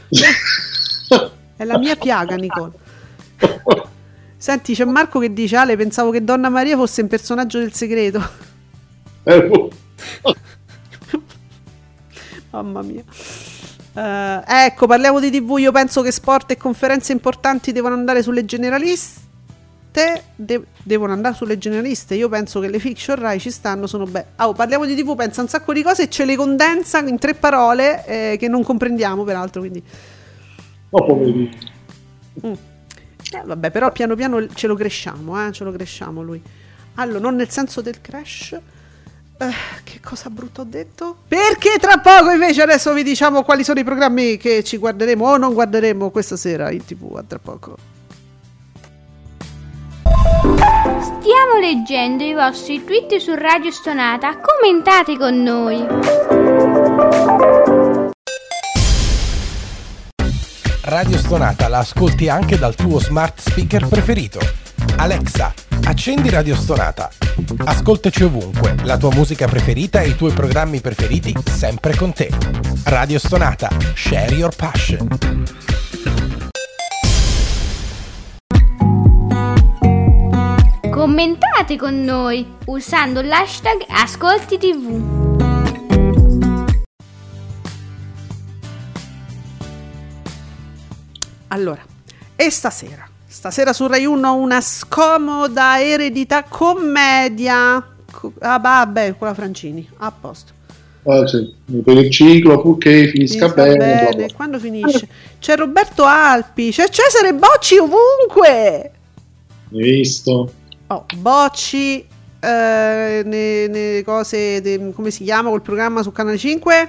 È la mia piaga, Nicola. Senti, c'è Marco che dice: Ale, pensavo che Donna Maria fosse un personaggio del Segreto. Eh, Mamma mia. Eh, ecco, parliamo di tivù. Io penso che sport e conferenze importanti devono andare sulle generaliste. De- devono andare sulle generaliste. Io penso che le fiction Rai ci stanno, sono belle. Oh, parliamo di tivù, pensa un sacco di cose e ce le condensa in tre parole eh, che non comprendiamo, peraltro. Quindi. no, poverino. Mm. Eh, vabbè, però piano piano ce lo cresciamo, eh, ce lo cresciamo lui. Allora, non nel senso del crash. Eh, che cosa brutta ho detto? Perché tra poco invece adesso vi diciamo quali sono i programmi che ci guarderemo o non guarderemo questa sera in tv. A tra poco. Stiamo leggendo i vostri tweet su Radio Stonata, commentate con noi. Radio Stonata la ascolti anche dal tuo smart speaker preferito. Alexa, accendi Radio Stonata. Ascoltaci ovunque, la tua musica preferita e i tuoi programmi preferiti sempre con te. Radio Stonata, share your passion. Commentate con noi usando l'hashtag Ascolti tivù. Allora, e stasera? Stasera su Rai uno una scomoda eredità commedia. Co- ah, vabbè, quella Francini, a posto. Eh, sì, per il ciclo, purché finisca, Finisca bene. bene, bla bla. quando finisce? C'è Roberto Alpi, c'è Cesare Bocci ovunque. Hai visto? Oh, Bocci, eh, ne, ne cose, de- come si chiama quel programma su Canale cinque?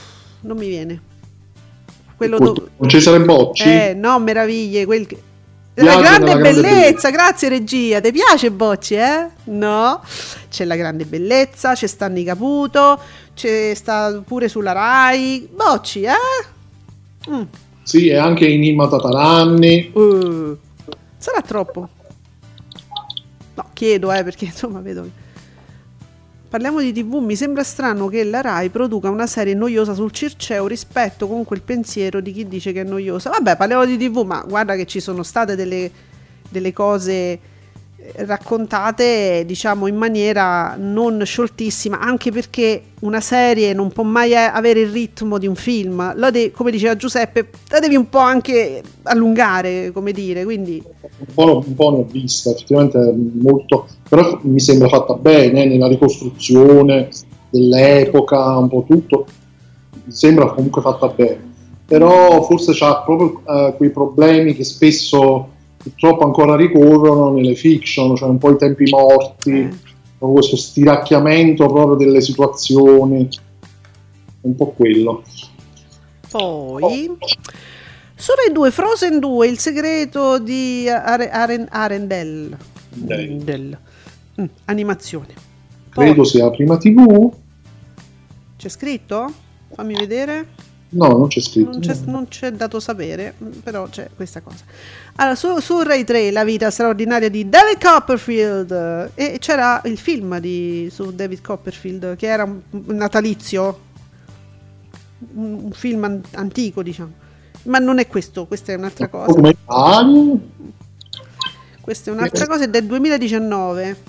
Non mi viene. Quello do- Con Cesare Bocci? Eh, no, meraviglie, quel che- La Viaggio grande, nella grande bellezza, grazie regia. Ti piace Bocci, eh? No? C'è La grande bellezza, c'è Stanni Caputo, c'è sta pure sulla Rai. Bocci, eh? Mm. Sì, e anche Enigma Tataranni. Uh, sarà troppo? No, chiedo, eh, perché insomma vedo. Parliamo di tivù, mi sembra strano che la Rai produca una serie noiosa sul Circeo rispetto con quel pensiero di chi dice che è noiosa. Vabbè, parliamo di tivù, ma guarda che ci sono state delle, delle cose raccontate, diciamo, in maniera non scioltissima, anche perché una serie non può mai avere il ritmo di un film. Lo de- come diceva Giuseppe, la devi un po' anche allungare, come dire, quindi... Un po', un po' ne ho vista, effettivamente molto, però mi sembra fatta bene, eh, nella ricostruzione dell'epoca, un po' tutto, mi sembra comunque fatta bene, però forse c'ha proprio eh, quei problemi che spesso purtroppo ancora ricorrono nelle fiction, cioè un po' i tempi morti, Eh. proprio questo stiracchiamento proprio delle situazioni, un po' quello. Poi... Su Rai due, Frozen due, il segreto di Are- Aren- Arendelle. Dai. Del- mm, animazione. Poi, Credo sia prima tivù. c'è scritto? Fammi vedere. No, non c'è scritto. Non c'è, non c'è dato sapere, mm, però c'è questa cosa. Allora, su, su Rai tre, La vita straordinaria di David Copperfield. E c'era il film di, su David Copperfield, che era un, un natalizio. Un, un film an- antico, diciamo. Ma non è questo, questa è un'altra cosa. Documentari? Questa è un'altra cosa, è del duemiladiciannove.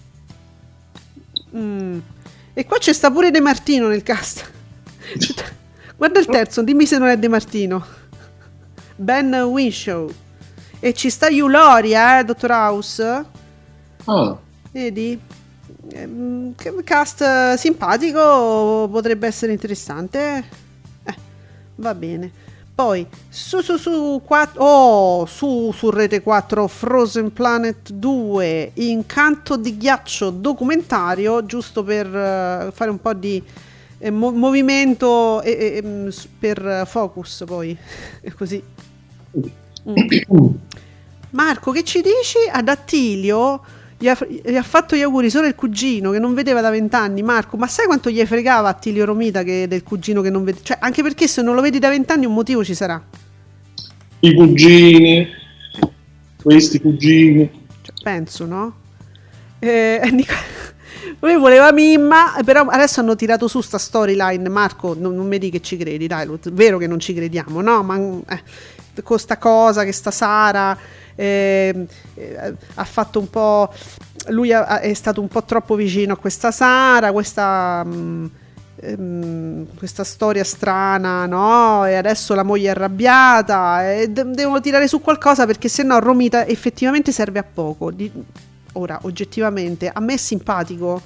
Mm. E qua c'è sta pure De Martino nel cast. Guarda il terzo, dimmi se non è De Martino. Ben Winshaw. E ci sta Hugh Laurie, eh, Dottor House. Ah, Vedi? Ehm, che cast eh, simpatico, potrebbe essere interessante. Eh, va bene. Poi su su su quattro, oh, su su Rete quattro Frozen Planet due, Incanto di ghiaccio documentario, giusto per uh, fare un po' di eh, mo- movimento e, e, e, per Focus, poi è così. Mm. Marco, che ci dici? Ad Attilio gli ha, gli ha fatto gli auguri solo il cugino che non vedeva da vent'anni. Marco, ma sai quanto gli fregava Attilio Romita che del cugino che non vede? Cioè, anche perché se non lo vedi da vent'anni un motivo ci sarà. i cugini, questi cugini. Cioè, penso, no? Eh, Nico- lui voleva Mimma, però adesso hanno tirato su sta storyline. Marco, non, non mi dici che ci credi, dai, è vero che non ci crediamo, no? Ma eh, con sta cosa che sta Sara eh, eh, ha fatto un po', lui ha, è stato un po' troppo vicino a questa Sara, questa mh, ehm, questa storia strana, no? E adesso la moglie è arrabbiata e de- devono tirare su qualcosa, perché sennò Romita effettivamente serve a poco. Di- ora, oggettivamente a me è simpatico,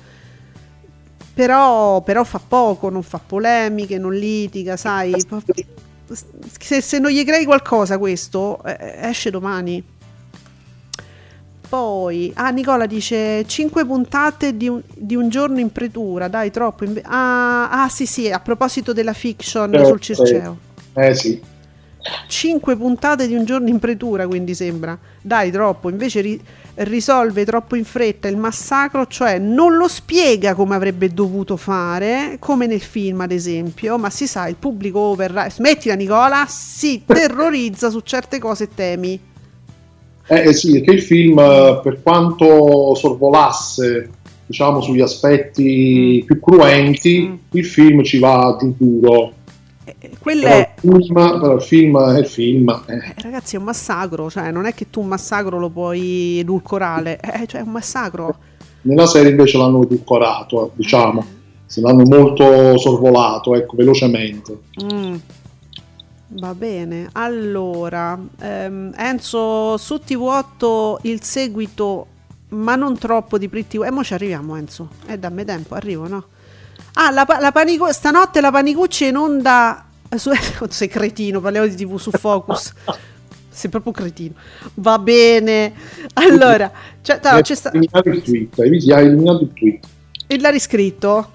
però, però fa poco, non fa polemiche, non litiga, sai. Se, se non gli crei qualcosa, questo eh, esce domani. Poi, ah, Nicola dice cinque puntate di un, di un giorno in pretura, dai, troppo. Inve- ah, ah, sì, sì, a proposito della fiction Eh, sul Circeo. Eh sì. cinque puntate di un giorno in pretura, quindi sembra. Dai, troppo. Invece ri- risolve troppo in fretta il massacro, cioè non lo spiega come avrebbe dovuto fare, come nel film ad esempio, ma si sa, il pubblico verrà, smettila Nicola, si terrorizza su certe cose e temi. Eh, eh sì, perché il film, eh, per quanto sorvolasse, diciamo, sugli aspetti Mm. più cruenti, Mm. il film ci va giù duro. Eh, Quello Però è... il film, però il film è il film. eh. Eh, ragazzi, è un massacro, cioè non è che tu un massacro lo puoi edulcorare, eh, cioè è un massacro. Nella serie invece l'hanno edulcorato, diciamo, se l'hanno molto sorvolato, ecco, velocemente. Mm. Va bene, allora ehm, Enzo, su T V otto il seguito, ma non troppo, di Pretty Woman. E mo ci arriviamo, Enzo, eh, dammi tempo, arrivo, no? Ah, la, pa- la panico- stanotte la Panicucci è in onda su... sei cretino, parliamo di T V su Focus. Sei proprio cretino. Va bene, allora cioè, no, Hai c'è sta... eliminato il tweet, hai visto? Hai eliminato il tweet. e l'ha riscritto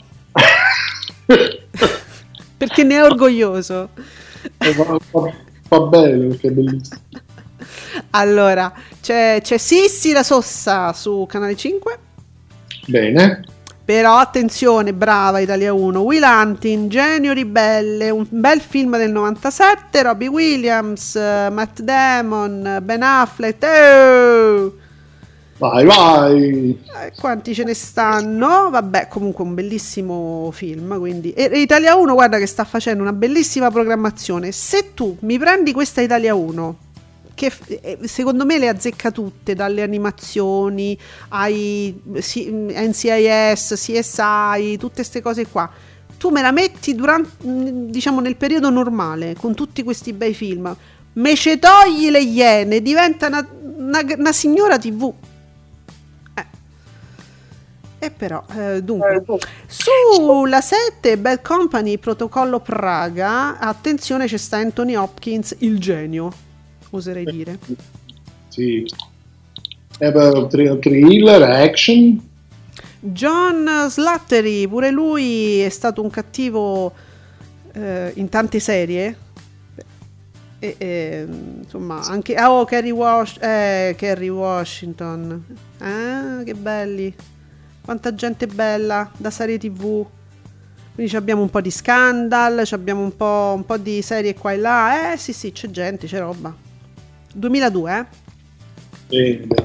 perché ne è orgoglioso. Eh, va, va- va bene perché è bellissimo. Allora, c'è, c'è Sissi la Sossa su Canale cinque. Bene. Però attenzione, brava Italia uno. Will Hunting, Genio Ribelle, un bel film del novantasette, Robbie Williams, eh, Matt Damon, Ben Affleck. Oh! Vai, vai. Eh, quanti ce ne stanno? Vabbè, comunque un bellissimo film, quindi. E, e Italia uno, guarda che sta facendo una bellissima programmazione. Se tu mi prendi questa Italia uno, che eh, secondo me le azzecca tutte, dalle animazioni ai sì, N C I S, C S I, tutte queste cose qua, tu me la metti durante, diciamo, nel periodo normale, con tutti questi bei film, me ce togli le iene, diventa una, una, una signora tivù. eh. E però eh, dunque sulla sette Bad Company, Protocollo Praga, attenzione, c'è sta Anthony Hopkins, il genio, oserei dire. Sì. E beh, thr- thriller, action. John Slattery, pure lui è stato un cattivo eh, in tante serie. E, e, insomma, anche oh, Kerry, Wash- eh, Kerry Washington. Ah, che belli. Quanta gente bella da serie tivù. Quindi abbiamo un po' di Scandal, abbiamo un po', un po' di serie qua e là. Eh sì sì, c'è gente, c'è roba. duemiladue, eh? Bene.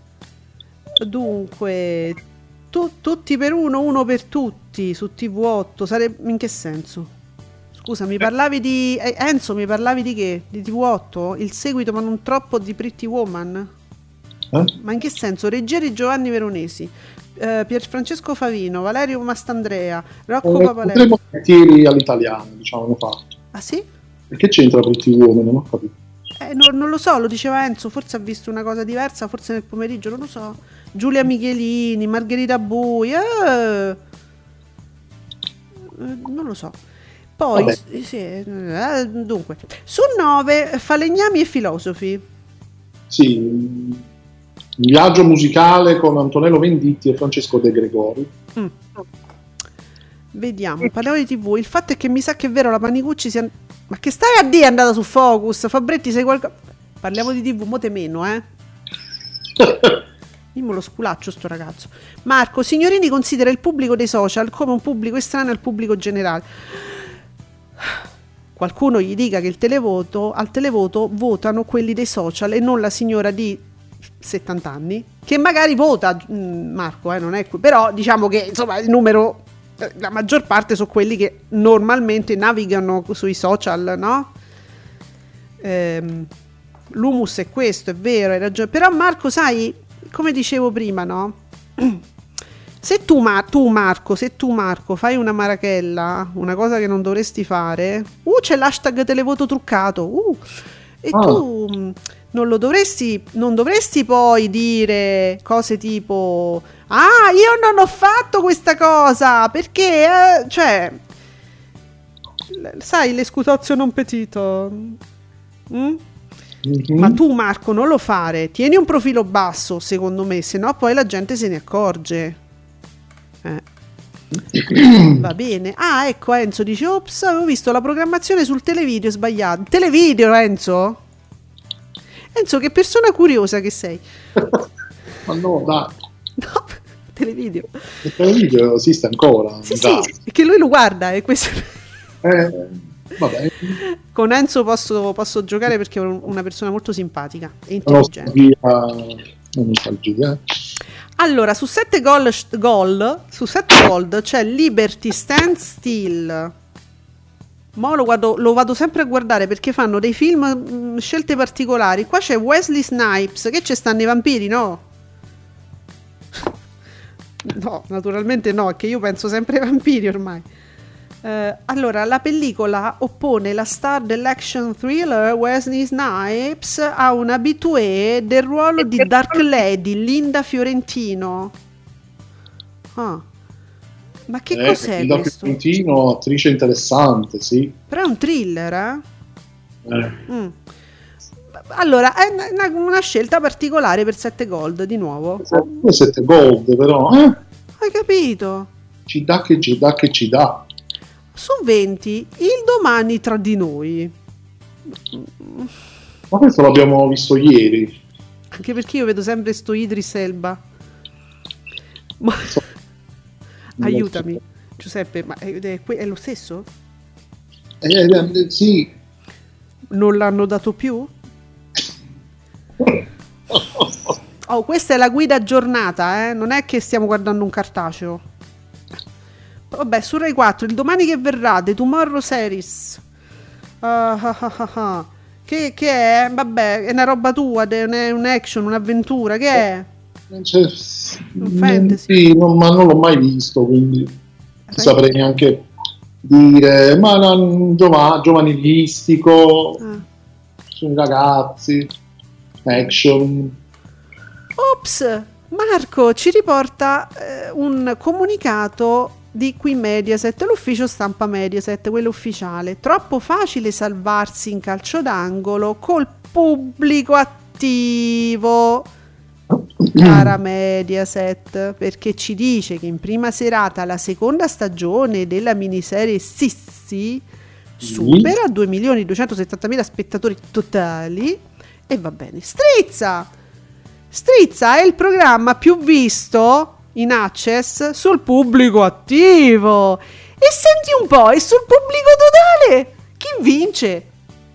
Dunque, tu, tutti per uno, uno per tutti su T V otto. Sarebbe, in che senso? Scusa, mi parlavi di eh, Enzo, mi parlavi di che? Di T V otto? Il seguito, ma non troppo, di Pretty Woman? Eh? Ma in che senso? Regia di Giovanni Veronesi, eh, Pierfrancesco Favino, Valerio Mastandrea, Rocco Eh, Papaleo. potremmo metterli all'italiano, diciamo, hanno fatto. Ah sì? Perché c'entra Pretty Woman? Non ho capito. Eh, no, non lo so, lo diceva Enzo, forse ha visto una cosa diversa, forse nel pomeriggio, non lo so. Giulia Michelini, Margherita Bui, eh, eh, non lo so. Poi, Vabbè. sì, sì, eh, dunque, su nove Falegnami e Filosofi. Sì, un viaggio musicale con Antonello Venditti e Francesco De Gregori. Mm. Vediamo, parliamo di tivù. Il fatto è che mi sa che è vero, la Panicucci si è... Ma che stai a dire, è andata su Focus? Fabretti, sei qualcosa... Parliamo di tivù, mo te meno, eh? Dimmo lo sculaccio sto ragazzo. Marco Signorini considera il pubblico dei social come un pubblico estraneo al pubblico generale. Qualcuno gli dica che il televoto, al televoto votano quelli dei social e non la signora di settanta anni, che magari vota, Marco, eh, non è qui, però diciamo che insomma il numero, la maggior parte sono quelli che normalmente navigano sui social, no? Ehm, l'humus è questo, è vero, hai ragione. Però Marco, sai, come dicevo prima, no? Se tu, ma- tu Marco, se tu Marco fai una marachella, una cosa che non dovresti fare, uh, c'è l'hashtag televoto truccato, uh, e Ah. tu mh, non lo dovresti, non dovresti poi dire cose tipo, ah, io non ho fatto questa cosa, perché, eh, cioè, l- sai, le scutozio non petito, mm? Mhm. Ma tu Marco non lo fare, tieni un profilo basso secondo me, se no poi la gente se ne accorge. Eh. Va bene. Ah, ecco, Enzo dice, ops, avevo visto la programmazione sul televideo sbagliato. Televideo, Enzo? Enzo, che persona curiosa che sei. Ma no, dai, No, televideo. il televideo esiste ancora. Sì, dai. sì, che lui lo guarda e questo... Eh, vabbè, Con Enzo posso, posso giocare perché è un- una persona molto simpatica e la intelligente. nostalgia, la nostalgia, eh. Allora, su sette gol, gol su sette gold c'è Liberty Stand Still. Mo lo, guardo, lo vado sempre a guardare perché fanno dei film, mh, scelte particolari. Qua c'è Wesley Snipes, che ci stanno i vampiri, no? No, naturalmente no, è che io penso sempre ai vampiri ormai. Eh, allora, la pellicola oppone la star dell'action thriller Wesley Snipes a un habitué del ruolo di Dark Lady, Linda Fiorentino. Ah. Ma che Eh, cos'è Hilda questo? Fiorentino, attrice interessante, sì. Però è un thriller, eh? Eh, Mm. Allora, è una, una scelta particolare per sette gold, di nuovo. Due sette gold, però, eh, Hai capito? ci dà che ci dà che ci dà. Su venti, il domani tra di noi. Ma questo l'abbiamo visto ieri. Anche perché io vedo sempre sto Idris Elba. Ma... aiutami, Giuseppe, ma è, è, è lo stesso? Eh, eh, sì. Non l'hanno dato più? Oh, questa è la guida aggiornata, eh? Non è che stiamo guardando un cartaceo. Vabbè, su Rai quattro, il domani che verrà, The Tomorrow Series. Uh, ah, ah, ah, ah. Che, che è? Vabbè, è una roba tua, è un action, un'avventura, che è? Cioè, un fantasy. Sì, non, ma non l'ho mai visto, quindi non saprei neanche dire. Ma non, giova, giovanilistico, ah. Sui ragazzi, action. Ops, Marco ci riporta eh, un comunicato di qui Mediaset, l'ufficio stampa Mediaset, quello ufficiale. Troppo facile salvarsi in calcio d'angolo col pubblico attivo, cara Mediaset, perché ci dice che in prima serata la seconda stagione della miniserie Sissi supera due milioni duecentosettantamila spettatori totali e va bene. Strizza! Strizza è il programma più visto in access sul pubblico attivo. E senti un po', e sul pubblico totale chi vince?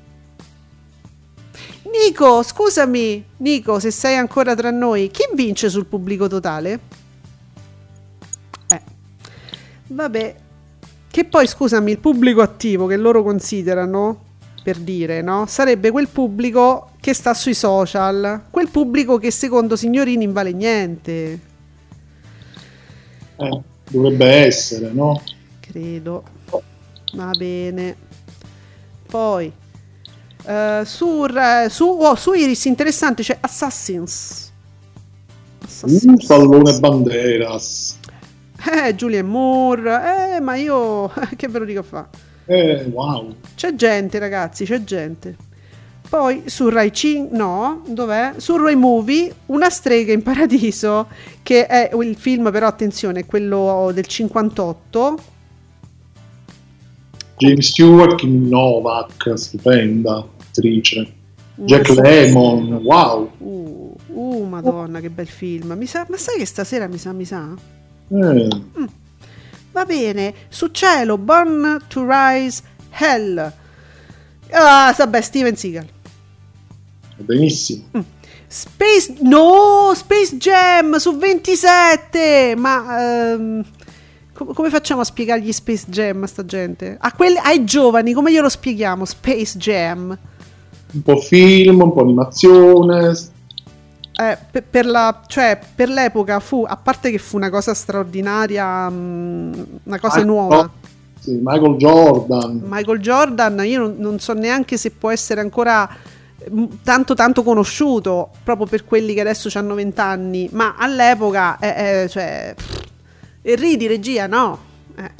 Nico, scusami, Nico, se sei ancora tra noi, chi vince sul pubblico totale? Eh, vabbè, che poi scusami, il pubblico attivo che loro considerano, per dire, no? Sarebbe quel pubblico che sta sui social, quel pubblico che secondo Signorini non vale niente. Eh, dovrebbe essere, no? Credo. Va bene. Poi uh, su, su, oh, su Iris interessante c'è Assassins. Assassins. Un pallone Banderas. Eh, Julian Moore. Eh, ma io che ve lo dico a fa? Eh, wow. C'è gente, ragazzi, c'è gente. Poi su Rai cinque, no, dov'è? Su Rai Movie, Una strega in paradiso, che è il film, però attenzione, è quello del cinquantotto. James Stewart, Kim Novak, stupenda attrice. Jack Lemmon, wow. Uh, uh, madonna, che bel film. Mi sa, ma sai che stasera mi sa, mi sa? Eh. Mm. Va bene, su Cielo, Born to Rise Hell. Ah, vabbè, Steven Seagal. Benissimo. Mm. Space, no, Space Jam su ventisette. Ma um, com- come facciamo a spiegargli Space Jam a sta gente? A quelli, ai giovani, come glielo spieghiamo Space Jam? Un po' film, un po' animazione. Eh, per, per, la, cioè, per l'epoca fu, a parte che fu una cosa straordinaria, mh, una cosa ah, nuova. No. Sì, Michael Jordan. Michael Jordan, io non, non so neanche se può essere ancora tanto tanto conosciuto, proprio per quelli che adesso hanno vent'anni, ma all'epoca, eh, eh, cioè, pff, e ridi regia, no? Eh.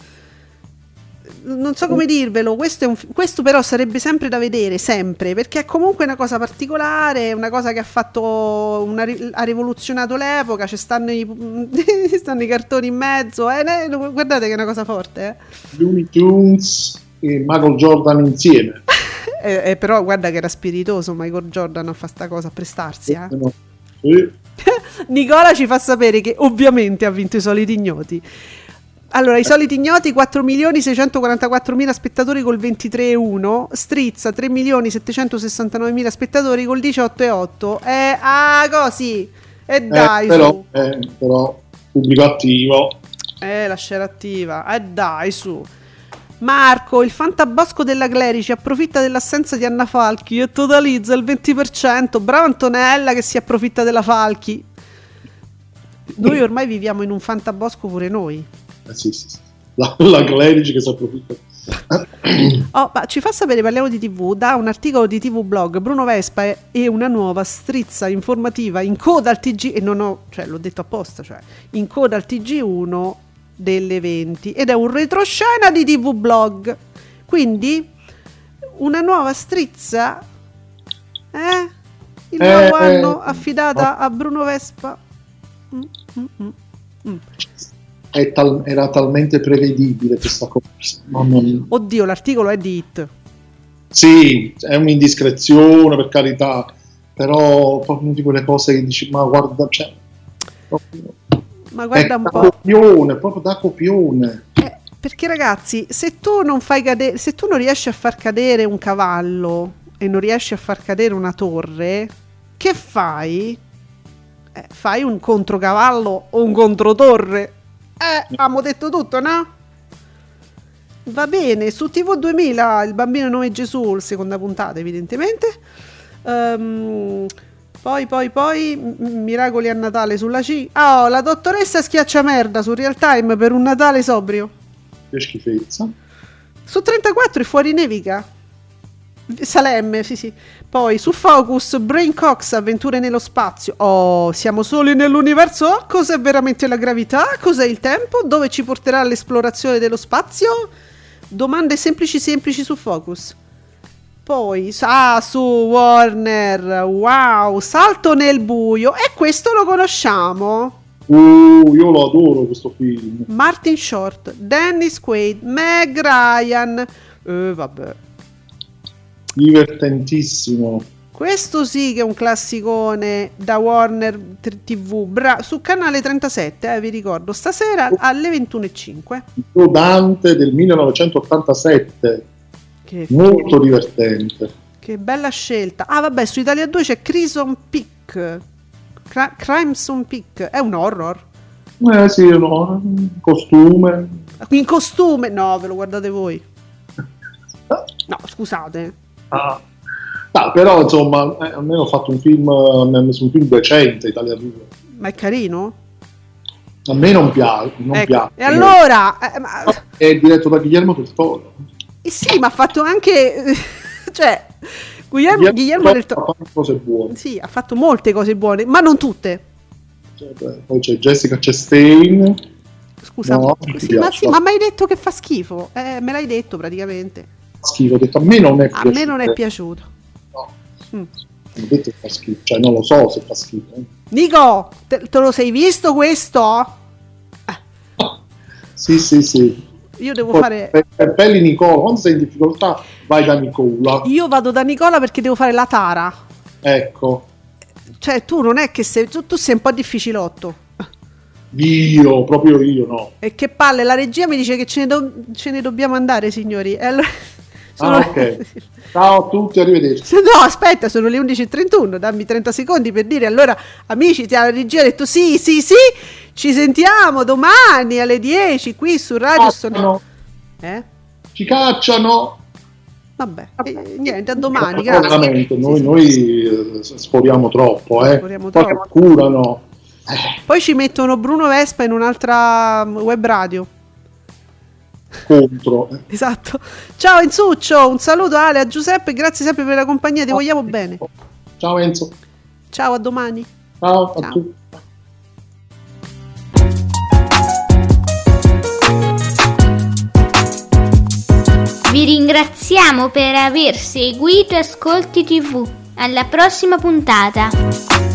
Non so come dirvelo, questo, è un, questo però sarebbe sempre da vedere, sempre, perché è comunque una cosa particolare, una cosa che ha fatto, una, ha rivoluzionato l'epoca, ci stanno i, stanno i cartoni in mezzo, eh, guardate che è una cosa forte. Eh. Looney Tunes e Michael Jordan insieme. eh, eh, però guarda che era spiritoso Michael Jordan a fare sta cosa, a prestarsi. Eh. Sì. Nicola ci fa sapere che ovviamente ha vinto I Soliti Ignoti. Allora, I Soliti Ignoti, quattro milioni seicentoquarantaquattromila spettatori col ventitré virgola uno, Strizza tre milioni settecentosessantanovemila spettatori col diciotto virgola otto. Eh, ah, così. E eh, dai, eh, però, su. Eh, però, pubblico attivo. Eh, la scena attiva. Eh, dai, su. Marco, il fantabosco della Clerici approfitta dell'assenza di Anna Falchi e totalizza il venti per cento. Brava Antonella che si approfitta della Falchi. Noi ormai viviamo in un fantabosco pure noi. Eh sì, sì, sì. La, la Clerici che si approfitta. Oh, ma ci fa sapere, parliamo di tivù, da un articolo di tivù blog Bruno Vespa e una nuova strizza informativa in coda al T G, e non ho, cioè l'ho detto apposta, cioè in coda al T G uno delle venti, ed è un retroscena di tivù blog, quindi una nuova strizza, eh? Il eh, nuovo eh, anno affidata a Bruno Vespa. Mm, mm, mm, mm. È tal- era talmente prevedibile questa cosa. Mamma mia. Oddio, l'articolo è di Hit. Sì, è un'indiscrezione, per carità, però proprio di quelle cose che dici, ma guarda, cioè, proprio, Ma guarda è un da po'. copione, proprio da copione. Eh, perché ragazzi, se tu non fai cadere, se tu non riesci a far cadere un cavallo e non riesci a far cadere una torre, che fai? Eh, fai un controcavallo o un controtorre. Eh, abbiamo detto tutto, no? Va bene, su T V duemila il bambino nome Gesù, seconda puntata evidentemente. Ehm, poi poi poi m- miracoli a Natale sulla C. Oh, la dottoressa schiaccia merda su Real Time per un Natale sobrio. Che schifezza. Su trentaquattro è fuori nevica. Salemme, sì sì. Poi su Focus Brain Cox, avventure nello spazio. Oh, siamo soli nell'universo? Cos'è veramente la gravità? Cos'è il tempo? Dove ci porterà l'esplorazione dello spazio? Domande semplici semplici su Focus. Poi ah, su Warner, wow, Salto nel buio, e questo lo conosciamo. Uh, io lo adoro questo film. Martin Short, Dennis Quaid, Meg Ryan. Eh, vabbè. Divertentissimo. Questo sì che è un classicone da Warner tivù, Bra- su canale trentasette, eh, vi ricordo, stasera alle ventuno e cinque. Il Dante del millenovecentottantasette. Che, Molto divertente. che bella scelta. Ah vabbè, su Italia due c'è Crimson Peak. Cra- Crimson Peak, è un horror. Eh sì, no, costume. In costume? No, ve lo guardate voi. No, scusate. Ah. Ah, però insomma, eh, almeno ho fatto un film, mi ha messo un film decente, Italia due. Ma è carino? A me non piace, non Ecco. piace. E allora? Eh, ma... È diretto da Guillermo del Toro. Eh sì, ma ha fatto anche... cioè, Guillermo, Guillermo del Toro... Ha fatto cose buone. Sì, ha fatto molte cose buone, ma non tutte. Cioè, beh, poi c'è Jessica Chastain. Scusa, No, sì, mi ma, piace. sì, ma mi hai detto che fa schifo. Eh, me l'hai detto praticamente. Schifo, ho detto a me non è A piaciuto. me non è piaciuto. No. Mm. Ho detto che fa schifo, cioè non lo so se fa schifo. eh. Nico, te, te lo sei visto questo? Sì, sì, sì. Io devo Poi, fare... per, per belli Nicola, quando sei in difficoltà vai da Nicola. Io vado da Nicola perché devo fare la tara. Ecco, Cioè, tu non è che sei... Tu, tu sei un po' difficilotto. io, proprio io no. E che palle, la regia mi dice che ce ne, do- ce ne dobbiamo andare, signori. E allora... sono- Ah, ok. Ciao a tutti, arrivederci. No, aspetta, sono le undici e trentuno, dammi trenta secondi per dire, allora, amici, ti la regia ha detto sì, sì, sì, ci sentiamo domani alle dieci qui su Radio Stonata. No, Eh? ci cacciano. Vabbè, eh, niente, a domani, No, grazie. veramente, Sì, noi, sì. noi eh, sporiamo troppo, eh. Sporiamo Poi troppo. curano. Poi ci mettono Bruno Vespa in un'altra web radio. Contro. Esatto. Ciao Enzuccio, un saluto Ale, a Giuseppe, grazie sempre per la compagnia, ti vogliamo bene. Ciao Enzo. Ciao, a domani. Ciao a Ciao. tutti. Vi ringraziamo per aver seguito Ascolti tivù. Alla prossima puntata.